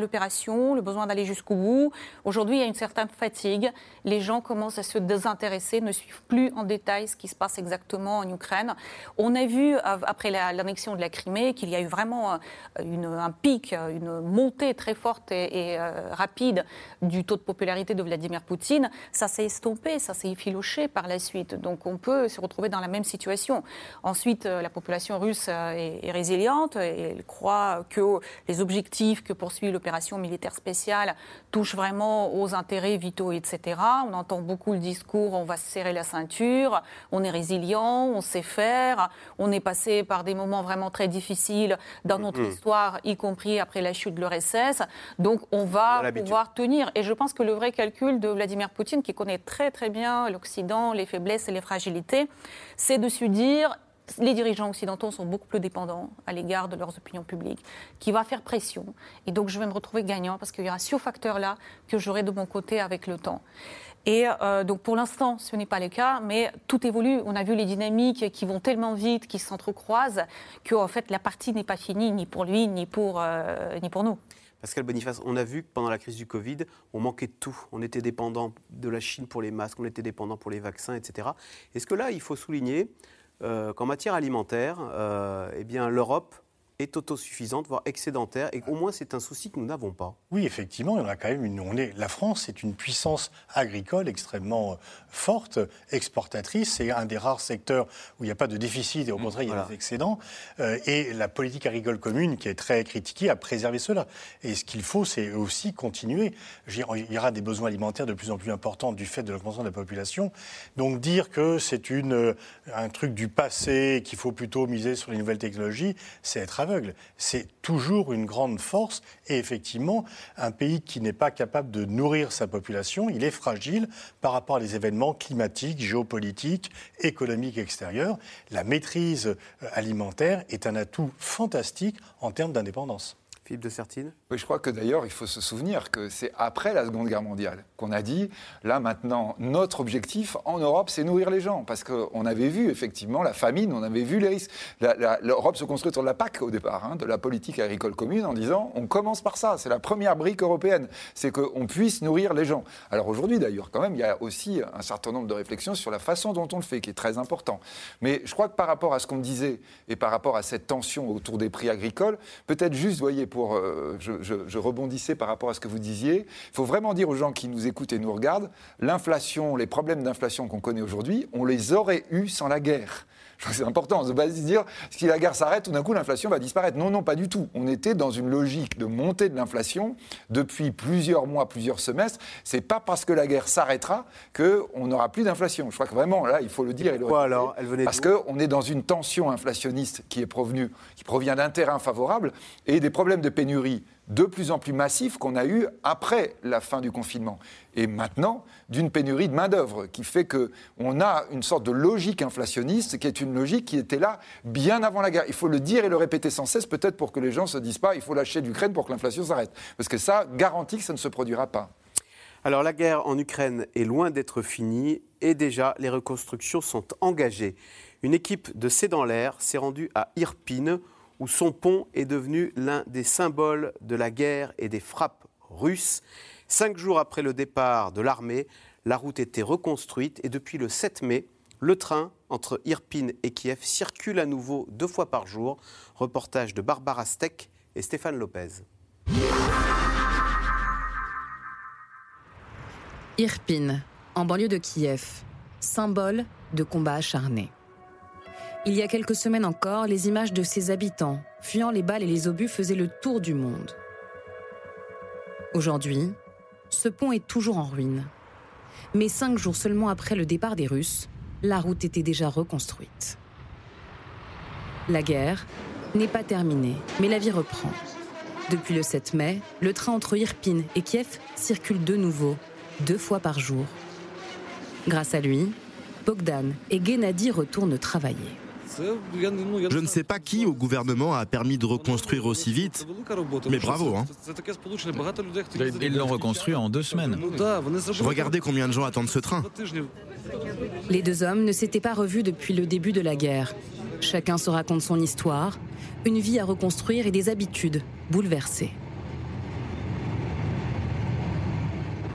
l'opération, le besoin d'aller jusqu'au bout. Aujourd'hui, il y a une certaine fatigue. Les gens commencent à se désintéresser, ne suivent plus en détail ce qui se passe exactement en Ukraine. On a vu, après l'annexion de la Crimée, qu'il y a eu vraiment une, un pic, une montée très forte et, et euh, rapide du taux de popularité de Vladimir Poutine. Ça s'est estompé, ça s'est effiloché par la suite. Donc on peut se retrouver dans la même situation. Ensuite, euh, la population russe euh, est, est résiliente et elle croit que les objectifs que poursuit l'opération militaire spéciale touchent vraiment aux intérêts vitaux, et cetera. On entend beaucoup le discours, on va se serrer la ceinture, on est résilient, on sait faire, on est passé par des moments vraiment très difficiles dans notre mmh. histoire, y compris après la chute de l'U R S S. Donc on va pouvoir tenir. Et je pense que le vrai calcul de Vladimir Poutine, qui connaît très très bien l'Occident, les faiblesses et les fragilités, c'est de se dire... Les dirigeants occidentaux sont beaucoup plus dépendants à l'égard de leurs opinions publiques, qui va faire pression. Et donc, je vais me retrouver gagnant parce qu'il y aura ce facteur-là que j'aurai de mon côté avec le temps. Et euh, donc, pour l'instant, ce n'est pas le cas, mais tout évolue. On a vu les dynamiques qui vont tellement vite, qui s'entrecroisent, qu'en fait, la partie n'est pas finie, ni pour lui, ni pour, euh, ni pour nous. Pascal Boniface, on a vu que pendant la crise du Covid, on manquait de tout. On était dépendant de la Chine pour les masques, on était dépendant pour les vaccins, et cetera. Est-ce que là, il faut souligner... Euh, qu'en matière alimentaire, euh, eh bien, l'Europe est autosuffisante, voire excédentaire, et au moins c'est un souci que nous n'avons pas. Oui, effectivement, on a quand même une, on est, la France est une puissance agricole extrêmement forte, exportatrice. C'est un des rares secteurs où il n'y a pas de déficit et au contraire il y a voilà. des excédents. Euh, et la politique agricole commune, qui est très critiquée, a préservé cela. Et ce qu'il faut, c'est aussi continuer. Il y aura des besoins alimentaires de plus en plus importants du fait de l'augmentation de la population. Donc dire que c'est une, un truc du passé, qu'il faut plutôt miser sur les nouvelles technologies, c'est être aveugle. C'est toujours une grande force et effectivement, un pays qui n'est pas capable de nourrir sa population, il est fragile par rapport à des événements climatiques, géopolitiques, économiques extérieurs. La maîtrise alimentaire est un atout fantastique en termes d'indépendance. Philippe de Sertine ? Oui, je crois que d'ailleurs, il faut se souvenir que c'est après la Seconde Guerre mondiale qu'on a dit, là maintenant, notre objectif en Europe, c'est nourrir les gens. Parce qu'on avait vu effectivement la famine, on avait vu les risques. La, la, L'Europe se construit autour de la P A C au départ, hein, de la politique agricole commune, en disant, on commence par ça, c'est la première brique européenne, c'est qu'on puisse nourrir les gens. Alors aujourd'hui d'ailleurs, quand même, il y a aussi un certain nombre de réflexions sur la façon dont on le fait, qui est très important. Mais je crois que par rapport à ce qu'on disait, et par rapport à cette tension autour des prix agricoles, peut-être juste, voyez, pour, euh, je, je, je rebondissais par rapport à ce que vous disiez. Il faut vraiment dire aux gens qui nous écoutent et nous regardent, l'inflation, les problèmes d'inflation qu'on connaît aujourd'hui, on les aurait eus sans la guerre. Je crois que c'est important de ne pas se dire, si la guerre s'arrête, tout d'un coup, l'inflation va disparaître. Non, non, pas du tout. On était dans une logique de montée de l'inflation depuis plusieurs mois, plusieurs semestres. C'est pas parce que la guerre s'arrêtera qu'on n'aura plus d'inflation. Je crois que vraiment, là, il faut le dire. Et Pourquoi le alors ? Elle venait Parce qu'on est dans une tension inflationniste qui est provenue, qui provient d'un terrain favorable et des problèmes de pénurie de plus en plus massifs qu'on a eu après la fin du confinement. Et maintenant, d'une pénurie de main-d'œuvre qui fait qu'on a une sorte de logique inflationniste qui est une logique qui était là bien avant la guerre. Il faut le dire et le répéter sans cesse, peut-être pour que les gens ne se disent pas il faut lâcher l'Ukraine pour que l'inflation s'arrête. Parce que ça garantit que ça ne se produira pas. Alors la guerre en Ukraine est loin d'être finie et déjà les reconstructions sont engagées. Une équipe de C'est dans l'air s'est rendue à Irpin, où son pont est devenu l'un des symboles de la guerre et des frappes russes. Cinq jours après le départ de l'armée, la route était reconstruite et depuis le sept mai, le train entre Irpin et Kiev circule à nouveau deux fois par jour. Reportage de Barbara Steck et Stéphane Lopez. Irpin, en banlieue de Kiev, symbole de combats acharnés. Il y a quelques semaines encore, les images de ses habitants, fuyant les balles et les obus, faisaient le tour du monde. Aujourd'hui, ce pont est toujours en ruine. Mais cinq jours seulement après le départ des Russes, la route était déjà reconstruite. La guerre n'est pas terminée, mais la vie reprend. Depuis le sept mai, le train entre Irpin et Kiev circule de nouveau, deux fois par jour. Grâce à lui, Bogdan et Gennady retournent travailler. Je ne sais pas qui au gouvernement a permis de reconstruire aussi vite, mais bravo. Hein. Ils l'ont reconstruit en deux semaines. Regardez combien de gens attendent ce train. Les deux hommes ne s'étaient pas revus depuis le début de la guerre. Chacun se raconte son histoire, une vie à reconstruire et des habitudes bouleversées.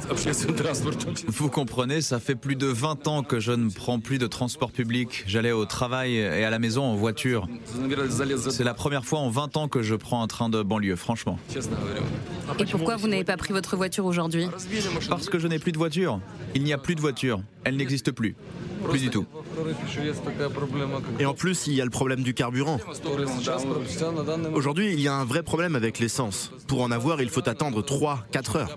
Vous comprenez, ça fait plus de vingt ans que je ne prends plus de transport public. J'allais au travail et à la maison en voiture. C'est la première fois en vingt ans que je prends un train de banlieue, franchement. Et pourquoi vous n'avez pas pris votre voiture aujourd'hui? Parce que je n'ai plus de voiture. Il n'y a plus de voiture. Elle n'existe plus. Plus du tout. Et en plus, il y a le problème du carburant. Aujourd'hui, il y a un vrai problème avec l'essence. Pour en avoir, il faut attendre trois à quatre heures.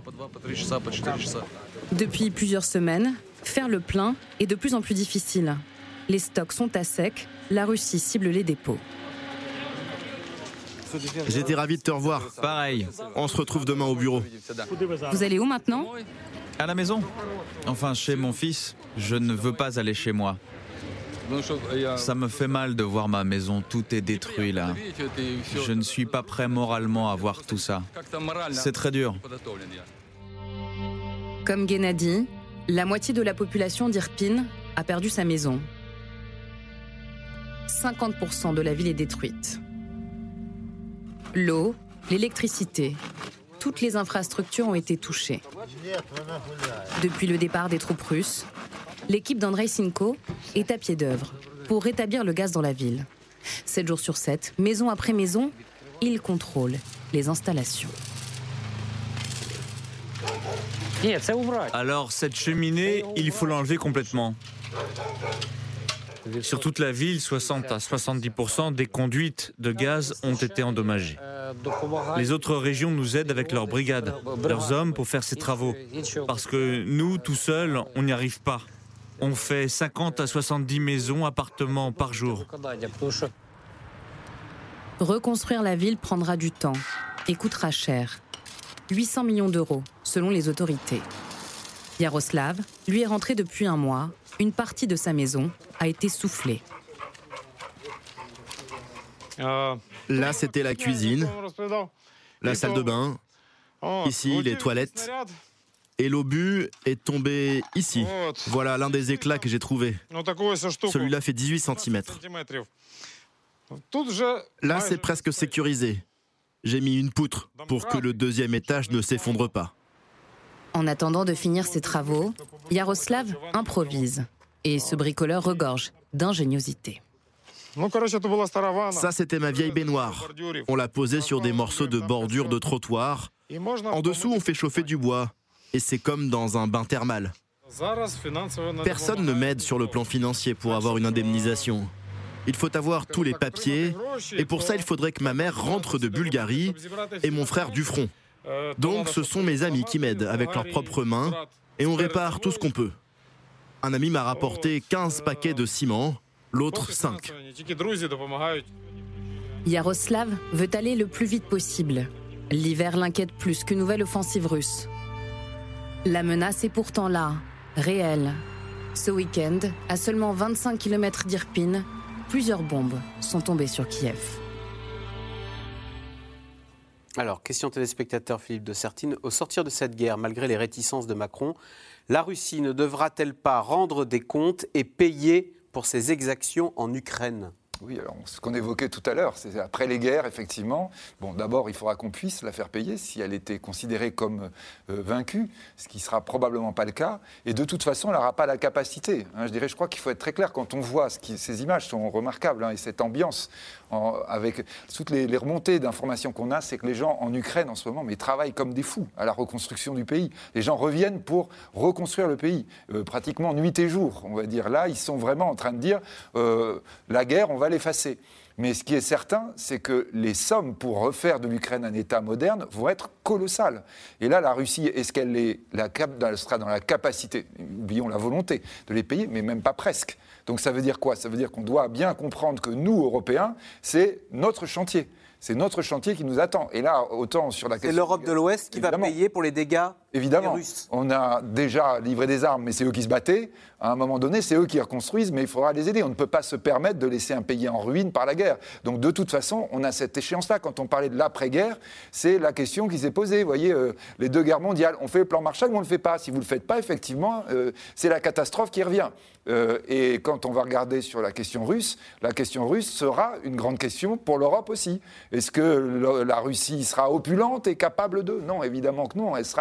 Depuis plusieurs semaines, faire le plein est de plus en plus difficile. Les stocks sont à sec, la Russie cible les dépôts. J'étais ravi de te revoir. Pareil. On se retrouve demain au bureau. Vous allez où maintenant? À la maison. Enfin, chez mon fils. Je ne veux pas aller chez moi. Ça me fait mal de voir ma maison, tout est détruit là. Je ne suis pas prêt moralement à voir tout ça. C'est très dur. Comme Gennady, la moitié de la population d'Irpin a perdu sa maison. cinquante pour cent de la ville est détruite. L'eau, l'électricité, toutes les infrastructures ont été touchées. Depuis le départ des troupes russes, l'équipe d'Andrei Sinko est à pied d'œuvre pour rétablir le gaz dans la ville. Sept jours sur sept, maison après maison, ils contrôlent les installations. Alors cette cheminée, il faut l'enlever complètement. Sur toute la ville, soixante à soixante-dix pour cent des conduites de gaz ont été endommagées. Les autres régions nous aident avec leurs brigades, leurs hommes pour faire ces travaux. Parce que nous, tout seuls, on n'y arrive pas. On fait cinquante à soixante-dix maisons, appartements par jour. Reconstruire la ville prendra du temps et coûtera cher. huit cents millions d'euros, selon les autorités. Yaroslav, lui, est rentré depuis un mois. Une partie de sa maison a été soufflée. Là, c'était la cuisine, la salle de bain, ici, les toilettes. Et l'obus est tombé ici. Voilà l'un des éclats que j'ai trouvé. Celui-là fait dix-huit centimètres. Là, c'est presque sécurisé. J'ai mis une poutre pour que le deuxième étage ne s'effondre pas. En attendant de finir ses travaux, Yaroslav improvise. Et ce bricoleur regorge d'ingéniosité. Ça, c'était ma vieille baignoire. On l'a posée sur des morceaux de bordure de trottoir. En dessous, on fait chauffer du bois. Et c'est comme dans un bain thermal. Personne ne m'aide sur le plan financier pour avoir une indemnisation. Il faut avoir tous les papiers. Et pour ça, il faudrait que ma mère rentre de Bulgarie et mon frère du front. Donc, ce sont mes amis qui m'aident avec leurs propres mains. Et on répare tout ce qu'on peut. Un ami m'a rapporté quinze paquets de ciment, l'autre cinq. Yaroslav veut aller le plus vite possible. L'hiver l'inquiète plus qu'une nouvelle offensive russe. La menace est pourtant là, réelle. Ce week-end, à seulement vingt-cinq kilomètres d'Irpin, plusieurs bombes sont tombées sur Kiev. Alors, question téléspectateur Philippe de Sertine. Au sortir de cette guerre, malgré les réticences de Macron, la Russie ne devra-t-elle pas rendre des comptes et payer pour ses exactions en Ukraine ? Oui, alors ce qu'on évoquait tout à l'heure, c'est après les guerres, effectivement. Bon, d'abord, il faudra qu'on puisse la faire payer si elle était considérée comme euh, vaincue, ce qui ne sera probablement pas le cas. Et de toute façon, elle n'aura pas la capacité. Hein, je dirais, je crois qu'il faut être très clair quand on voit ce qui, ces images sont remarquables hein, et cette ambiance en, avec toutes les, les remontées d'informations qu'on a, c'est que les gens en Ukraine en ce moment, mais travaillent comme des fous à la reconstruction du pays. Les gens reviennent pour reconstruire le pays, euh, pratiquement nuit et jour, on va dire. Là, ils sont vraiment en train de dire euh, la guerre, on va l'effacer. Mais ce qui est certain, c'est que les sommes pour refaire de l'Ukraine un État moderne vont être colossales. Et là, la Russie, est-ce qu'elle est la cap- elle sera dans la capacité, oublions la volonté, de les payer, mais même pas presque. Donc ça veut dire quoi ? Ça veut dire qu'on doit bien comprendre que nous, Européens, c'est notre chantier. C'est notre chantier qui nous attend. Et là, autant sur la question... C'est l'Europe de l'Ouest qui va payer pour les dégâts Évidemment. des Russes. On a déjà livré des armes, mais c'est eux qui se battaient. À un moment donné, c'est eux qui reconstruisent, mais il faudra les aider. On ne peut pas se permettre de laisser un pays en ruine par la guerre. Donc de toute façon, on a cette échéance-là. Quand on parlait de l'après-guerre, c'est la question qui s'est posée. Vous voyez, euh, les deux guerres mondiales, on fait le plan Marshall ou on ne le fait pas ? Si vous ne le faites pas, effectivement, euh, c'est la catastrophe qui revient. Euh, et quand on va regarder sur la question russe, la question russe sera une grande question pour l'Europe aussi. Est-ce que le, la Russie sera opulente et capable de ? Non, évidemment que non. Elle sera elle aussi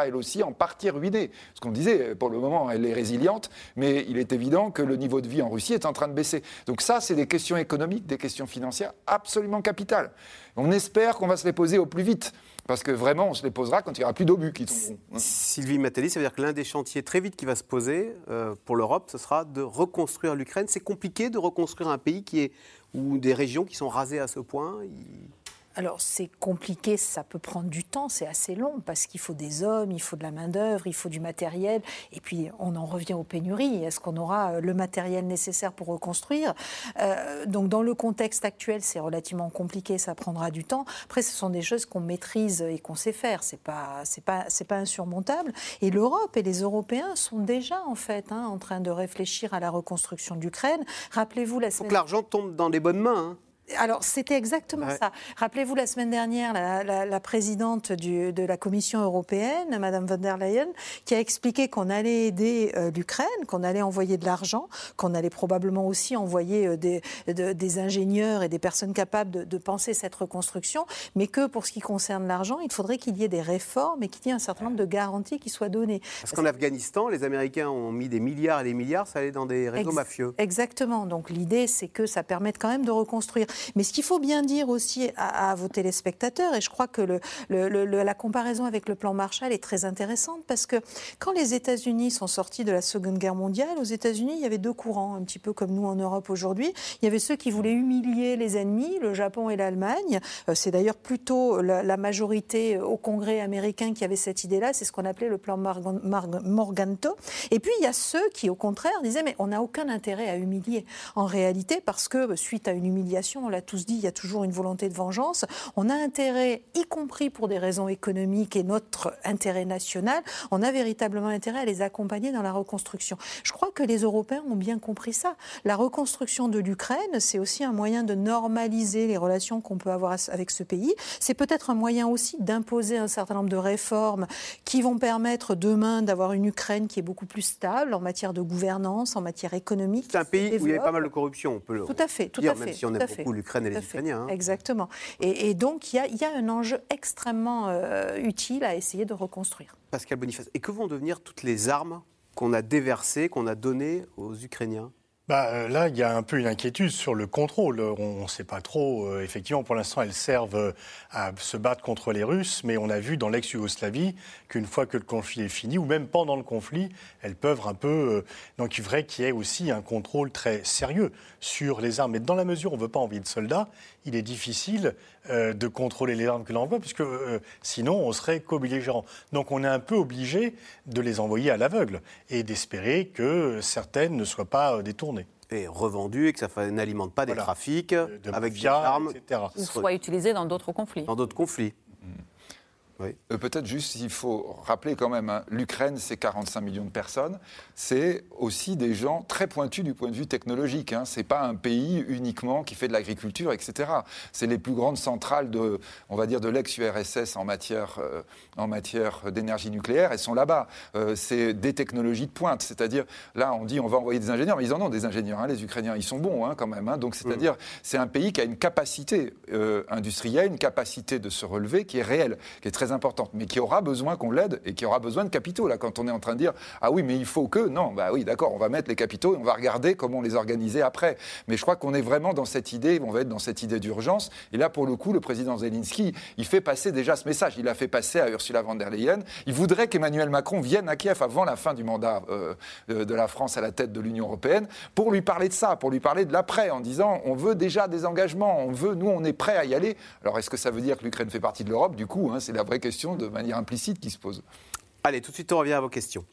Russie en partie ruinée. Ce qu'on disait, pour le moment, elle est résiliente, mais il est évident que le niveau de vie en Russie est en train de baisser. Donc ça, c'est des questions économiques, des questions financières absolument capitales. On espère qu'on va se les poser au plus vite. Parce que vraiment, on se les posera quand il n'y aura plus d'obus qui tomberont. Sylvie Matelli, ça veut dire que l'un des chantiers très vite qui va se poser euh, pour l'Europe, ce sera de reconstruire l'Ukraine. C'est compliqué de reconstruire un pays qui est, ou des régions qui sont rasées à ce point. Il... Alors c'est compliqué, ça peut prendre du temps, c'est assez long parce qu'il faut des hommes, il faut de la main-d'œuvre, il faut du matériel et puis on en revient aux pénuries. Est-ce qu'on aura le matériel nécessaire pour reconstruire ? euh, Donc dans le contexte actuel, c'est relativement compliqué, ça prendra du temps. Après, ce sont des choses qu'on maîtrise et qu'on sait faire, c'est pas, c'est pas, c'est pas insurmontable. Et l'Europe et les Européens sont déjà en fait hein, en train de réfléchir à la reconstruction d'Ukraine. Rappelez-vous la semaine... Il faut que l'argent tombe dans les bonnes mains. Hein. Alors, c'était exactement ouais. ça. Rappelez-vous, la semaine dernière, la, la, la présidente du, de la Commission européenne, Madame von der Leyen, qui a expliqué qu'on allait aider euh, l'Ukraine, qu'on allait envoyer de l'argent, qu'on allait probablement aussi envoyer euh, des, de, des ingénieurs et des personnes capables de, de penser cette reconstruction, mais que pour ce qui concerne l'argent, il faudrait qu'il y ait des réformes et qu'il y ait un certain nombre de garanties qui soient données. Parce qu'en Afghanistan, les Américains ont mis des milliards et des milliards, ça allait dans des réseaux Ex- mafieux. Exactement. Donc l'idée, c'est que ça permette quand même de reconstruire. Mais ce qu'il faut bien dire aussi à, à vos téléspectateurs, et je crois que le, le, le, la comparaison avec le plan Marshall est très intéressante, parce que quand les États-Unis sont sortis de la Seconde Guerre mondiale, aux États-Unis, il y avait deux courants, un petit peu comme nous en Europe aujourd'hui. Il y avait ceux qui voulaient humilier les ennemis, le Japon et l'Allemagne. C'est d'ailleurs plutôt la, la majorité au Congrès américain qui avait cette idée-là. C'est ce qu'on appelait le plan Mar- Mar- Morganto. Et puis, il y a ceux qui, au contraire, disaient « mais on n'a aucun intérêt à humilier ». En réalité, parce que suite à une humiliation, on l'a tous dit, il y a toujours une volonté de vengeance. On a intérêt, y compris pour des raisons économiques et notre intérêt national, on a véritablement intérêt à les accompagner dans la reconstruction. Je crois que les Européens ont bien compris ça. La reconstruction de l'Ukraine, c'est aussi un moyen de normaliser les relations qu'on peut avoir avec ce pays. C'est peut-être un moyen aussi d'imposer un certain nombre de réformes qui vont permettre demain d'avoir une Ukraine qui est beaucoup plus stable en matière de gouvernance, en matière économique. C'est un pays où il y avait pas mal de corruption, on peut le tout à fait, tout dire, à fait, même si on aime beaucoup l'Ukraine et les Ukrainiens. Hein. Exactement. Et, et donc, il y a, y a un enjeu extrêmement euh, utile à essayer de reconstruire. Pascal Boniface, et que vont devenir toutes les armes qu'on a déversées, qu'on a données aux Ukrainiens ? Bah, euh, là, il y a un peu une inquiétude sur le contrôle. On ne sait pas trop. Euh, effectivement, pour l'instant, elles servent euh, à se battre contre les Russes, mais on a vu dans l'ex-Yougoslavie qu'une fois que le conflit est fini, ou même pendant le conflit, elles peuvent un peu... Euh, donc, il faudrait qu'il y ait aussi un contrôle très sérieux sur les armes. Et dans la mesure où on ne veut pas envoyer de soldats, il est difficile euh, de contrôler les armes que l'on envoie, puisque euh, sinon, on serait co-belligérant. Donc, on est un peu obligé de les envoyer à l'aveugle et d'espérer que certaines ne soient pas euh, détournées. Et revendu et que ça n'alimente pas des voilà. trafics de, de avec mafia, des armes, et cetera. Ou soit utilisé dans d'autres conflits. Dans d'autres conflits. Mmh. Oui. Euh, peut-être juste, il faut rappeler quand même, hein, l'Ukraine, c'est quarante-cinq millions de personnes. C'est aussi des gens très pointus du point de vue technologique. Hein. Ce n'est pas un pays uniquement qui fait de l'agriculture, et cetera. C'est les plus grandes centrales de, on va dire, de l'ex-U R S S en matière, euh, en matière d'énergie nucléaire. Elles sont là-bas. Euh, c'est des technologies de pointe. C'est-à-dire, là, on dit on va envoyer des ingénieurs, mais ils en ont des ingénieurs, hein, les Ukrainiens. Ils sont bons hein, quand même. Hein. Donc, c'est-à-dire, mmh. c'est un pays qui a une capacité euh, industrielle, une capacité de se relever qui est réelle, qui est très importante, mais qui aura besoin qu'on l'aide et qui aura besoin de capitaux. Là, quand on est en train de dire « Ah oui, mais il faut que… » Non, bah oui, d'accord, on va mettre les capitaux et on va regarder comment les organiser après. Mais je crois qu'on est vraiment dans cette idée, on va être dans cette idée d'urgence. Et là, pour le coup, le président Zelensky, il fait passer déjà ce message. Il l'a fait passer à Ursula von der Leyen. Il voudrait qu'Emmanuel Macron vienne à Kiev avant la fin du mandat euh, de la France à la tête de l'Union européenne pour lui parler de ça, pour lui parler de l'après, en disant « On veut déjà des engagements, on veut, nous, on est prêts à y aller. » Alors, est-ce que ça veut dire que l'Ukraine fait partie de l'Europe ? Du coup, hein, c'est la vraie question de manière implicite qui se pose. Allez, tout de suite, on revient à vos questions.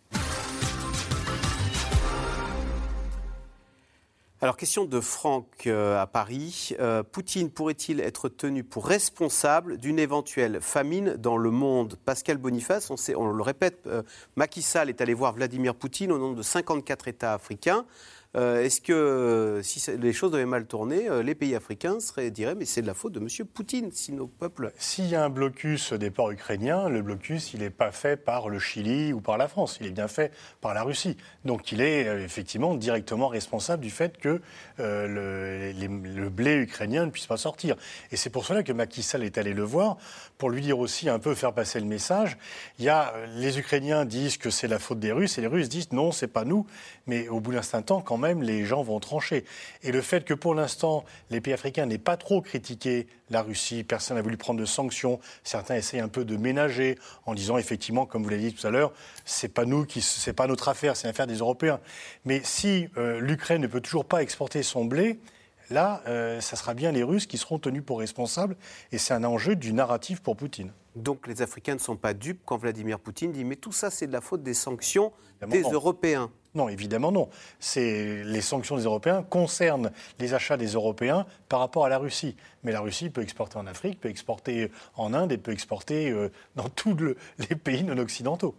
Alors, question de Franck euh, à Paris. Euh, Poutine pourrait-il être tenu pour responsable d'une éventuelle famine dans le monde ? Pascal Boniface, on, sait, on le répète, euh, Macky Sall est allé voir Vladimir Poutine au nom de cinquante-quatre États africains. Euh, est-ce que si les choses devaient mal tourner, euh, les pays africains seraient, diraient mais c'est de la faute de M. Poutine, si nos peuples... S'il y a un blocus des ports ukrainiens, le blocus, il n'est pas fait par le Chili ou par la France, il est bien fait par la Russie. Donc il est euh, effectivement directement responsable du fait que euh, le, les, le blé ukrainien ne puisse pas sortir. Et c'est pour cela que Macky Sall est allé le voir, pour lui dire aussi un peu, faire passer le message. Il y a, les Ukrainiens disent que c'est la faute des Russes, et les Russes disent non, c'est pas nous. Mais au bout d'un certain temps, quand même, les gens vont trancher. Et le fait que pour l'instant, les pays africains n'aient pas trop critiqué la Russie, personne n'a voulu prendre de sanctions, certains essayent un peu de ménager en disant effectivement, comme vous l'avez dit tout à l'heure, c'est pas nous qui, c'est pas notre affaire, c'est l'affaire des Européens. Mais si euh, l'Ukraine ne peut toujours pas exporter son blé, là, euh, ça sera bien les Russes qui seront tenus pour responsables, et c'est un enjeu du narratif pour Poutine. Donc les Africains ne sont pas dupes quand Vladimir Poutine dit « mais tout ça, c'est de la faute des sanctions Évidemment des non. Européens ». Non, évidemment non. C'est, les sanctions des Européens concernent les achats des Européens par rapport à la Russie. Mais la Russie peut exporter en Afrique, peut exporter en Inde et peut exporter euh, dans tous le, les pays non occidentaux.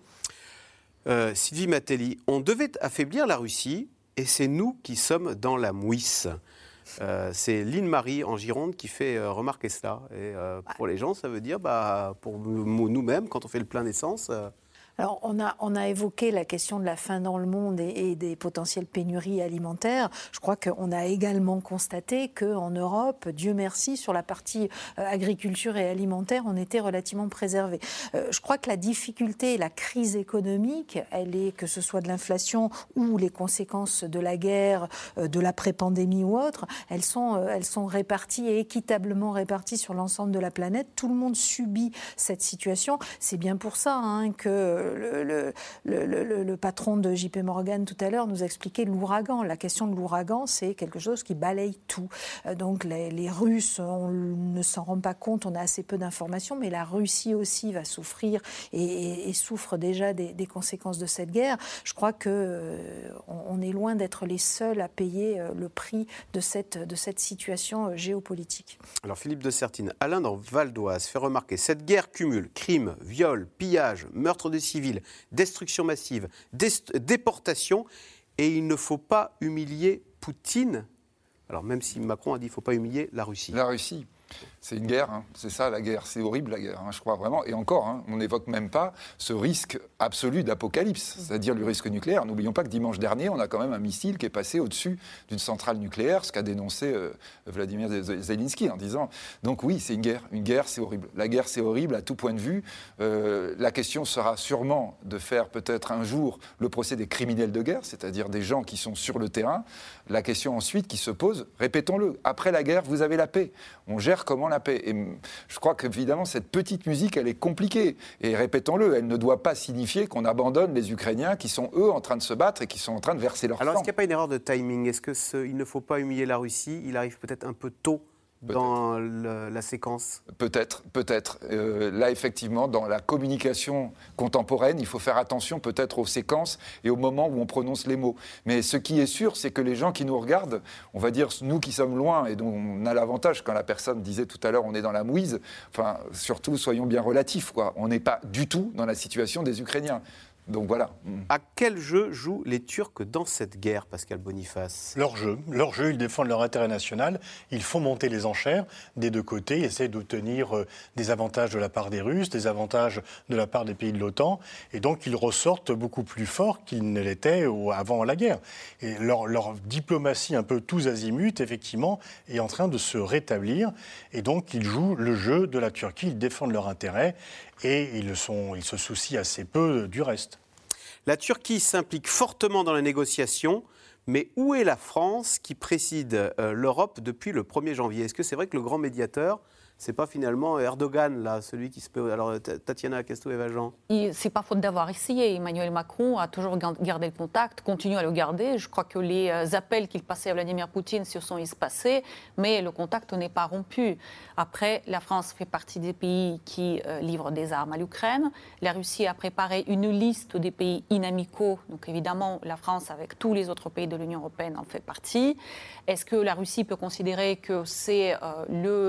Euh, Sylvie Matelli, on devait affaiblir la Russie et c'est nous qui sommes dans la mouisse. Euh, c'est Lynn Marie en Gironde qui fait euh, remarquer cela. Et euh, pour les gens, ça veut dire, bah, pour nous-mêmes, quand on fait le plein d'essence... Euh, Alors, on a, on a évoqué la question de la faim dans le monde et, et des potentielles pénuries alimentaires. Je crois qu'on a également constaté qu'en Europe, Dieu merci, sur la partie euh, agriculture et alimentaire, on était relativement préservés. Euh, je crois que la difficulté, la crise économique, elle est, que ce soit de l'inflation ou les conséquences de la guerre, euh, de l'après-pandémie ou autre, elles sont, euh, elles sont réparties et équitablement réparties sur l'ensemble de la planète. Tout le monde subit cette situation. C'est bien pour ça hein, que Le, le, le, le, le patron de J P Morgan tout à l'heure nous a expliqué l'ouragan. La question de l'ouragan, c'est quelque chose qui balaye tout. Donc les, les Russes, on ne s'en rend pas compte, on a assez peu d'informations, mais la Russie aussi va souffrir et, et, et souffre déjà des, des conséquences de cette guerre. Je crois qu'on euh, on est loin d'être les seuls à payer euh, le prix de cette, de cette situation euh, géopolitique. Alors Philippe de Sertine, Alain dans Val d'Oise fait remarquer cette guerre cumule crimes, viols, pillages, meurtres de civils, destruction massive, déportation, et il ne faut pas humilier Poutine. Alors même si Macron a dit qu'il ne faut pas humilier la Russie. La Russie. C'est une guerre, hein. C'est ça la guerre, c'est horrible la guerre, hein, je crois vraiment. Et encore, hein, on n'évoque même pas ce risque absolu d'apocalypse, c'est-à-dire le risque nucléaire. N'oublions pas que dimanche dernier, on a quand même un missile qui est passé au-dessus d'une centrale nucléaire, ce qu'a dénoncé euh, Vladimir Zelensky en disant, donc oui, c'est une guerre, une guerre c'est horrible. La guerre c'est horrible à tout point de vue. Euh, la question sera sûrement de faire peut-être un jour le procès des criminels de guerre, c'est-à-dire des gens qui sont sur le terrain. La question ensuite qui se pose, répétons-le, après la guerre, vous avez la paix. On gère comment la paix. Et je crois qu'évidemment, cette petite musique, elle est compliquée. Et répétons-le, elle ne doit pas signifier qu'on abandonne les Ukrainiens qui sont, eux, en train de se battre et qui sont en train de verser leur sang. Alors, est-ce qu'il n'y a pas une erreur de timing ? Est-ce qu'il ne faut pas humilier la Russie ? Il arrive peut-être un peu tôt dans le, la séquence ? Peut-être, peut-être. Euh, là, effectivement, dans la communication contemporaine, il faut faire attention peut-être aux séquences et au moment où on prononce les mots. Mais ce qui est sûr, c'est que les gens qui nous regardent, on va dire nous qui sommes loin et dont on a l'avantage, quand la personne disait tout à l'heure, on est dans la mouise, enfin, surtout, soyons bien relatifs, quoi. On n'est pas du tout dans la situation des Ukrainiens. Donc voilà. À quel jeu jouent les Turcs dans cette guerre, Pascal Boniface ? Leur jeu. Leur jeu, ils défendent leur intérêt national. Ils font monter les enchères des deux côtés. Ils essaient d'obtenir des avantages de la part des Russes, des avantages de la part des pays de l'OTAN. Et donc, ils ressortent beaucoup plus forts qu'ils ne l'étaient avant la guerre. Et leur, leur diplomatie un peu tous azimuts, effectivement, est en train de se rétablir. Et donc, ils jouent le jeu de la Turquie. Ils défendent leur intérêt. Et ils, sont, ils se soucient assez peu du reste. La Turquie s'implique fortement dans les négociations, mais où est la France qui préside euh, l'Europe depuis le premier janvier ? Est-ce que c'est vrai que le grand médiateur, c'est pas finalement Erdogan, là, celui qui se peut... Alors, Tatiana Castou-Evajan. C'est pas faute d'avoir essayé. Emmanuel Macron a toujours gardé le contact, continue à le garder. Je crois que les appels qu'il passait à Vladimir Poutine se sont espacés, mais le contact n'est pas rompu. Après, la France fait partie des pays qui euh, livrent des armes à l'Ukraine. La Russie a préparé une liste des pays inamicaux. Donc, évidemment, la France, avec tous les autres pays de l'Union européenne, en fait partie. Est-ce que la Russie peut considérer que c'est euh,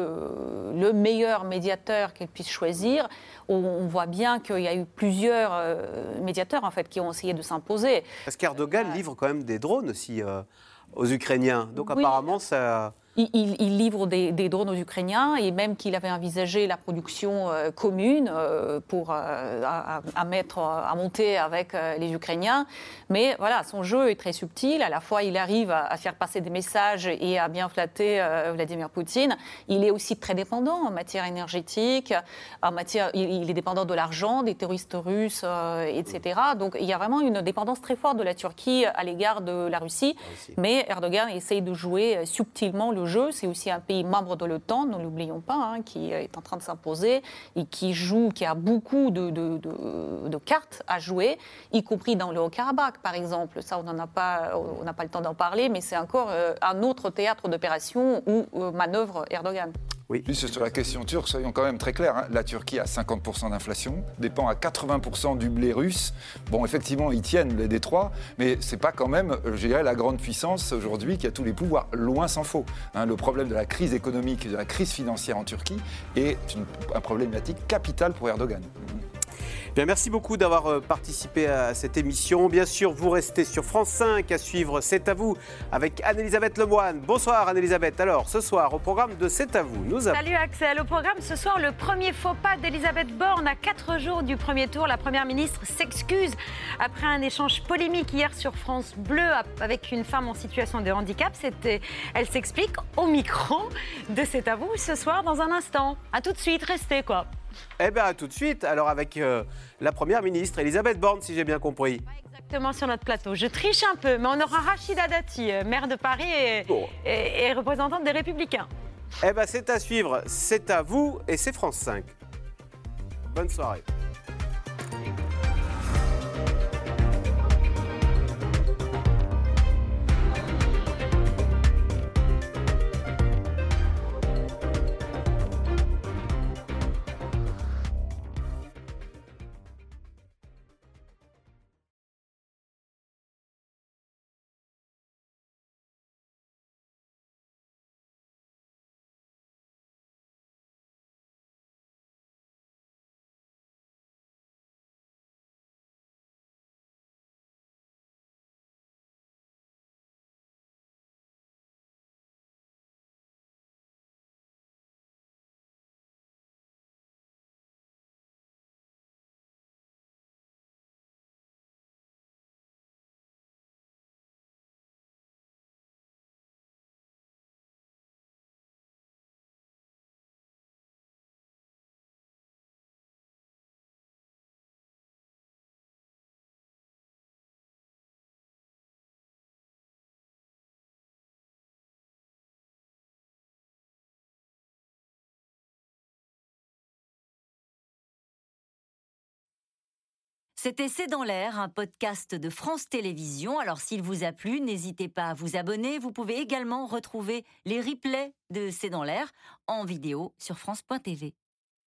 le... le meilleur médiateur qu'elle puisse choisir? On voit bien qu'il y a eu plusieurs euh, médiateurs en fait, qui ont essayé de s'imposer. Parce qu'Erdogan euh, livre quand même des drones aussi euh, aux Ukrainiens. Donc oui. apparemment, ça... Il, il, il livre des, des drones aux Ukrainiens et même qu'il avait envisagé la production euh, commune euh, pour euh, à, à mettre, à monter avec euh, les Ukrainiens. Mais voilà, son jeu est très subtil. À la fois, il arrive à, à faire passer des messages et à bien flatter euh, Vladimir Poutine. Il est aussi très dépendant en matière énergétique, en matière, il, il est dépendant de l'argent, des terroristes russes, euh, et cetera. Donc il y a vraiment une dépendance très forte de la Turquie à l'égard de la Russie. Mais Erdogan essaye de jouer subtilement le jeu. C'est aussi un pays membre de l'OTAN, ne l'oublions pas, hein, qui est en train de s'imposer et qui joue, qui a beaucoup de, de, de, de cartes à jouer, y compris dans le Haut-Karabakh, par exemple. Ça, on n'en a pas, on n'a pas le temps d'en parler, mais c'est encore euh, un autre théâtre d'opération où euh, manœuvre Erdogan. Oui. Juste sur la question turque, soyons quand même très clairs, hein. La Turquie a cinquante pour cent d'inflation, dépend à quatre-vingts pour cent du blé russe. Bon, effectivement, ils tiennent les détroits, mais c'est pas quand même, je dirais, la grande puissance aujourd'hui qui a tous les pouvoirs, loin s'en faut. Hein, le problème de la crise économique, de la crise financière en Turquie est une, un problématique capital pour Erdogan. Bien, merci beaucoup d'avoir participé à cette émission. Bien sûr, vous restez sur France cinq à suivre C'est à vous avec Anne-Elisabeth Lemoine. Bonsoir Anne-Elisabeth. Alors, ce soir, au programme de C'est à vous, nous avons... Salut Axel. Au programme ce soir, le premier faux pas d'Elisabeth Borne. À quatre jours du premier tour, la Première ministre s'excuse après un échange polémique hier sur France Bleu avec une femme en situation de handicap. C'était... Elle s'explique au micro de C'est à vous ce soir dans un instant. À tout de suite, restez quoi. Eh bien, à tout de suite. Alors, avec euh, la Première ministre, Elisabeth Borne, si j'ai bien compris. Exactement, sur notre plateau. Je triche un peu, mais on aura Rachida Dati, maire de Paris et, bon. et, et représentante des Républicains. Eh bien, c'est à suivre. C'est à vous et c'est France cinq. Bonne soirée. C'était C'est dans l'air, un podcast de France Télévisions. Alors s'il vous a plu, n'hésitez pas à vous abonner. Vous pouvez également retrouver les replays de C'est dans l'air en vidéo sur France point T V.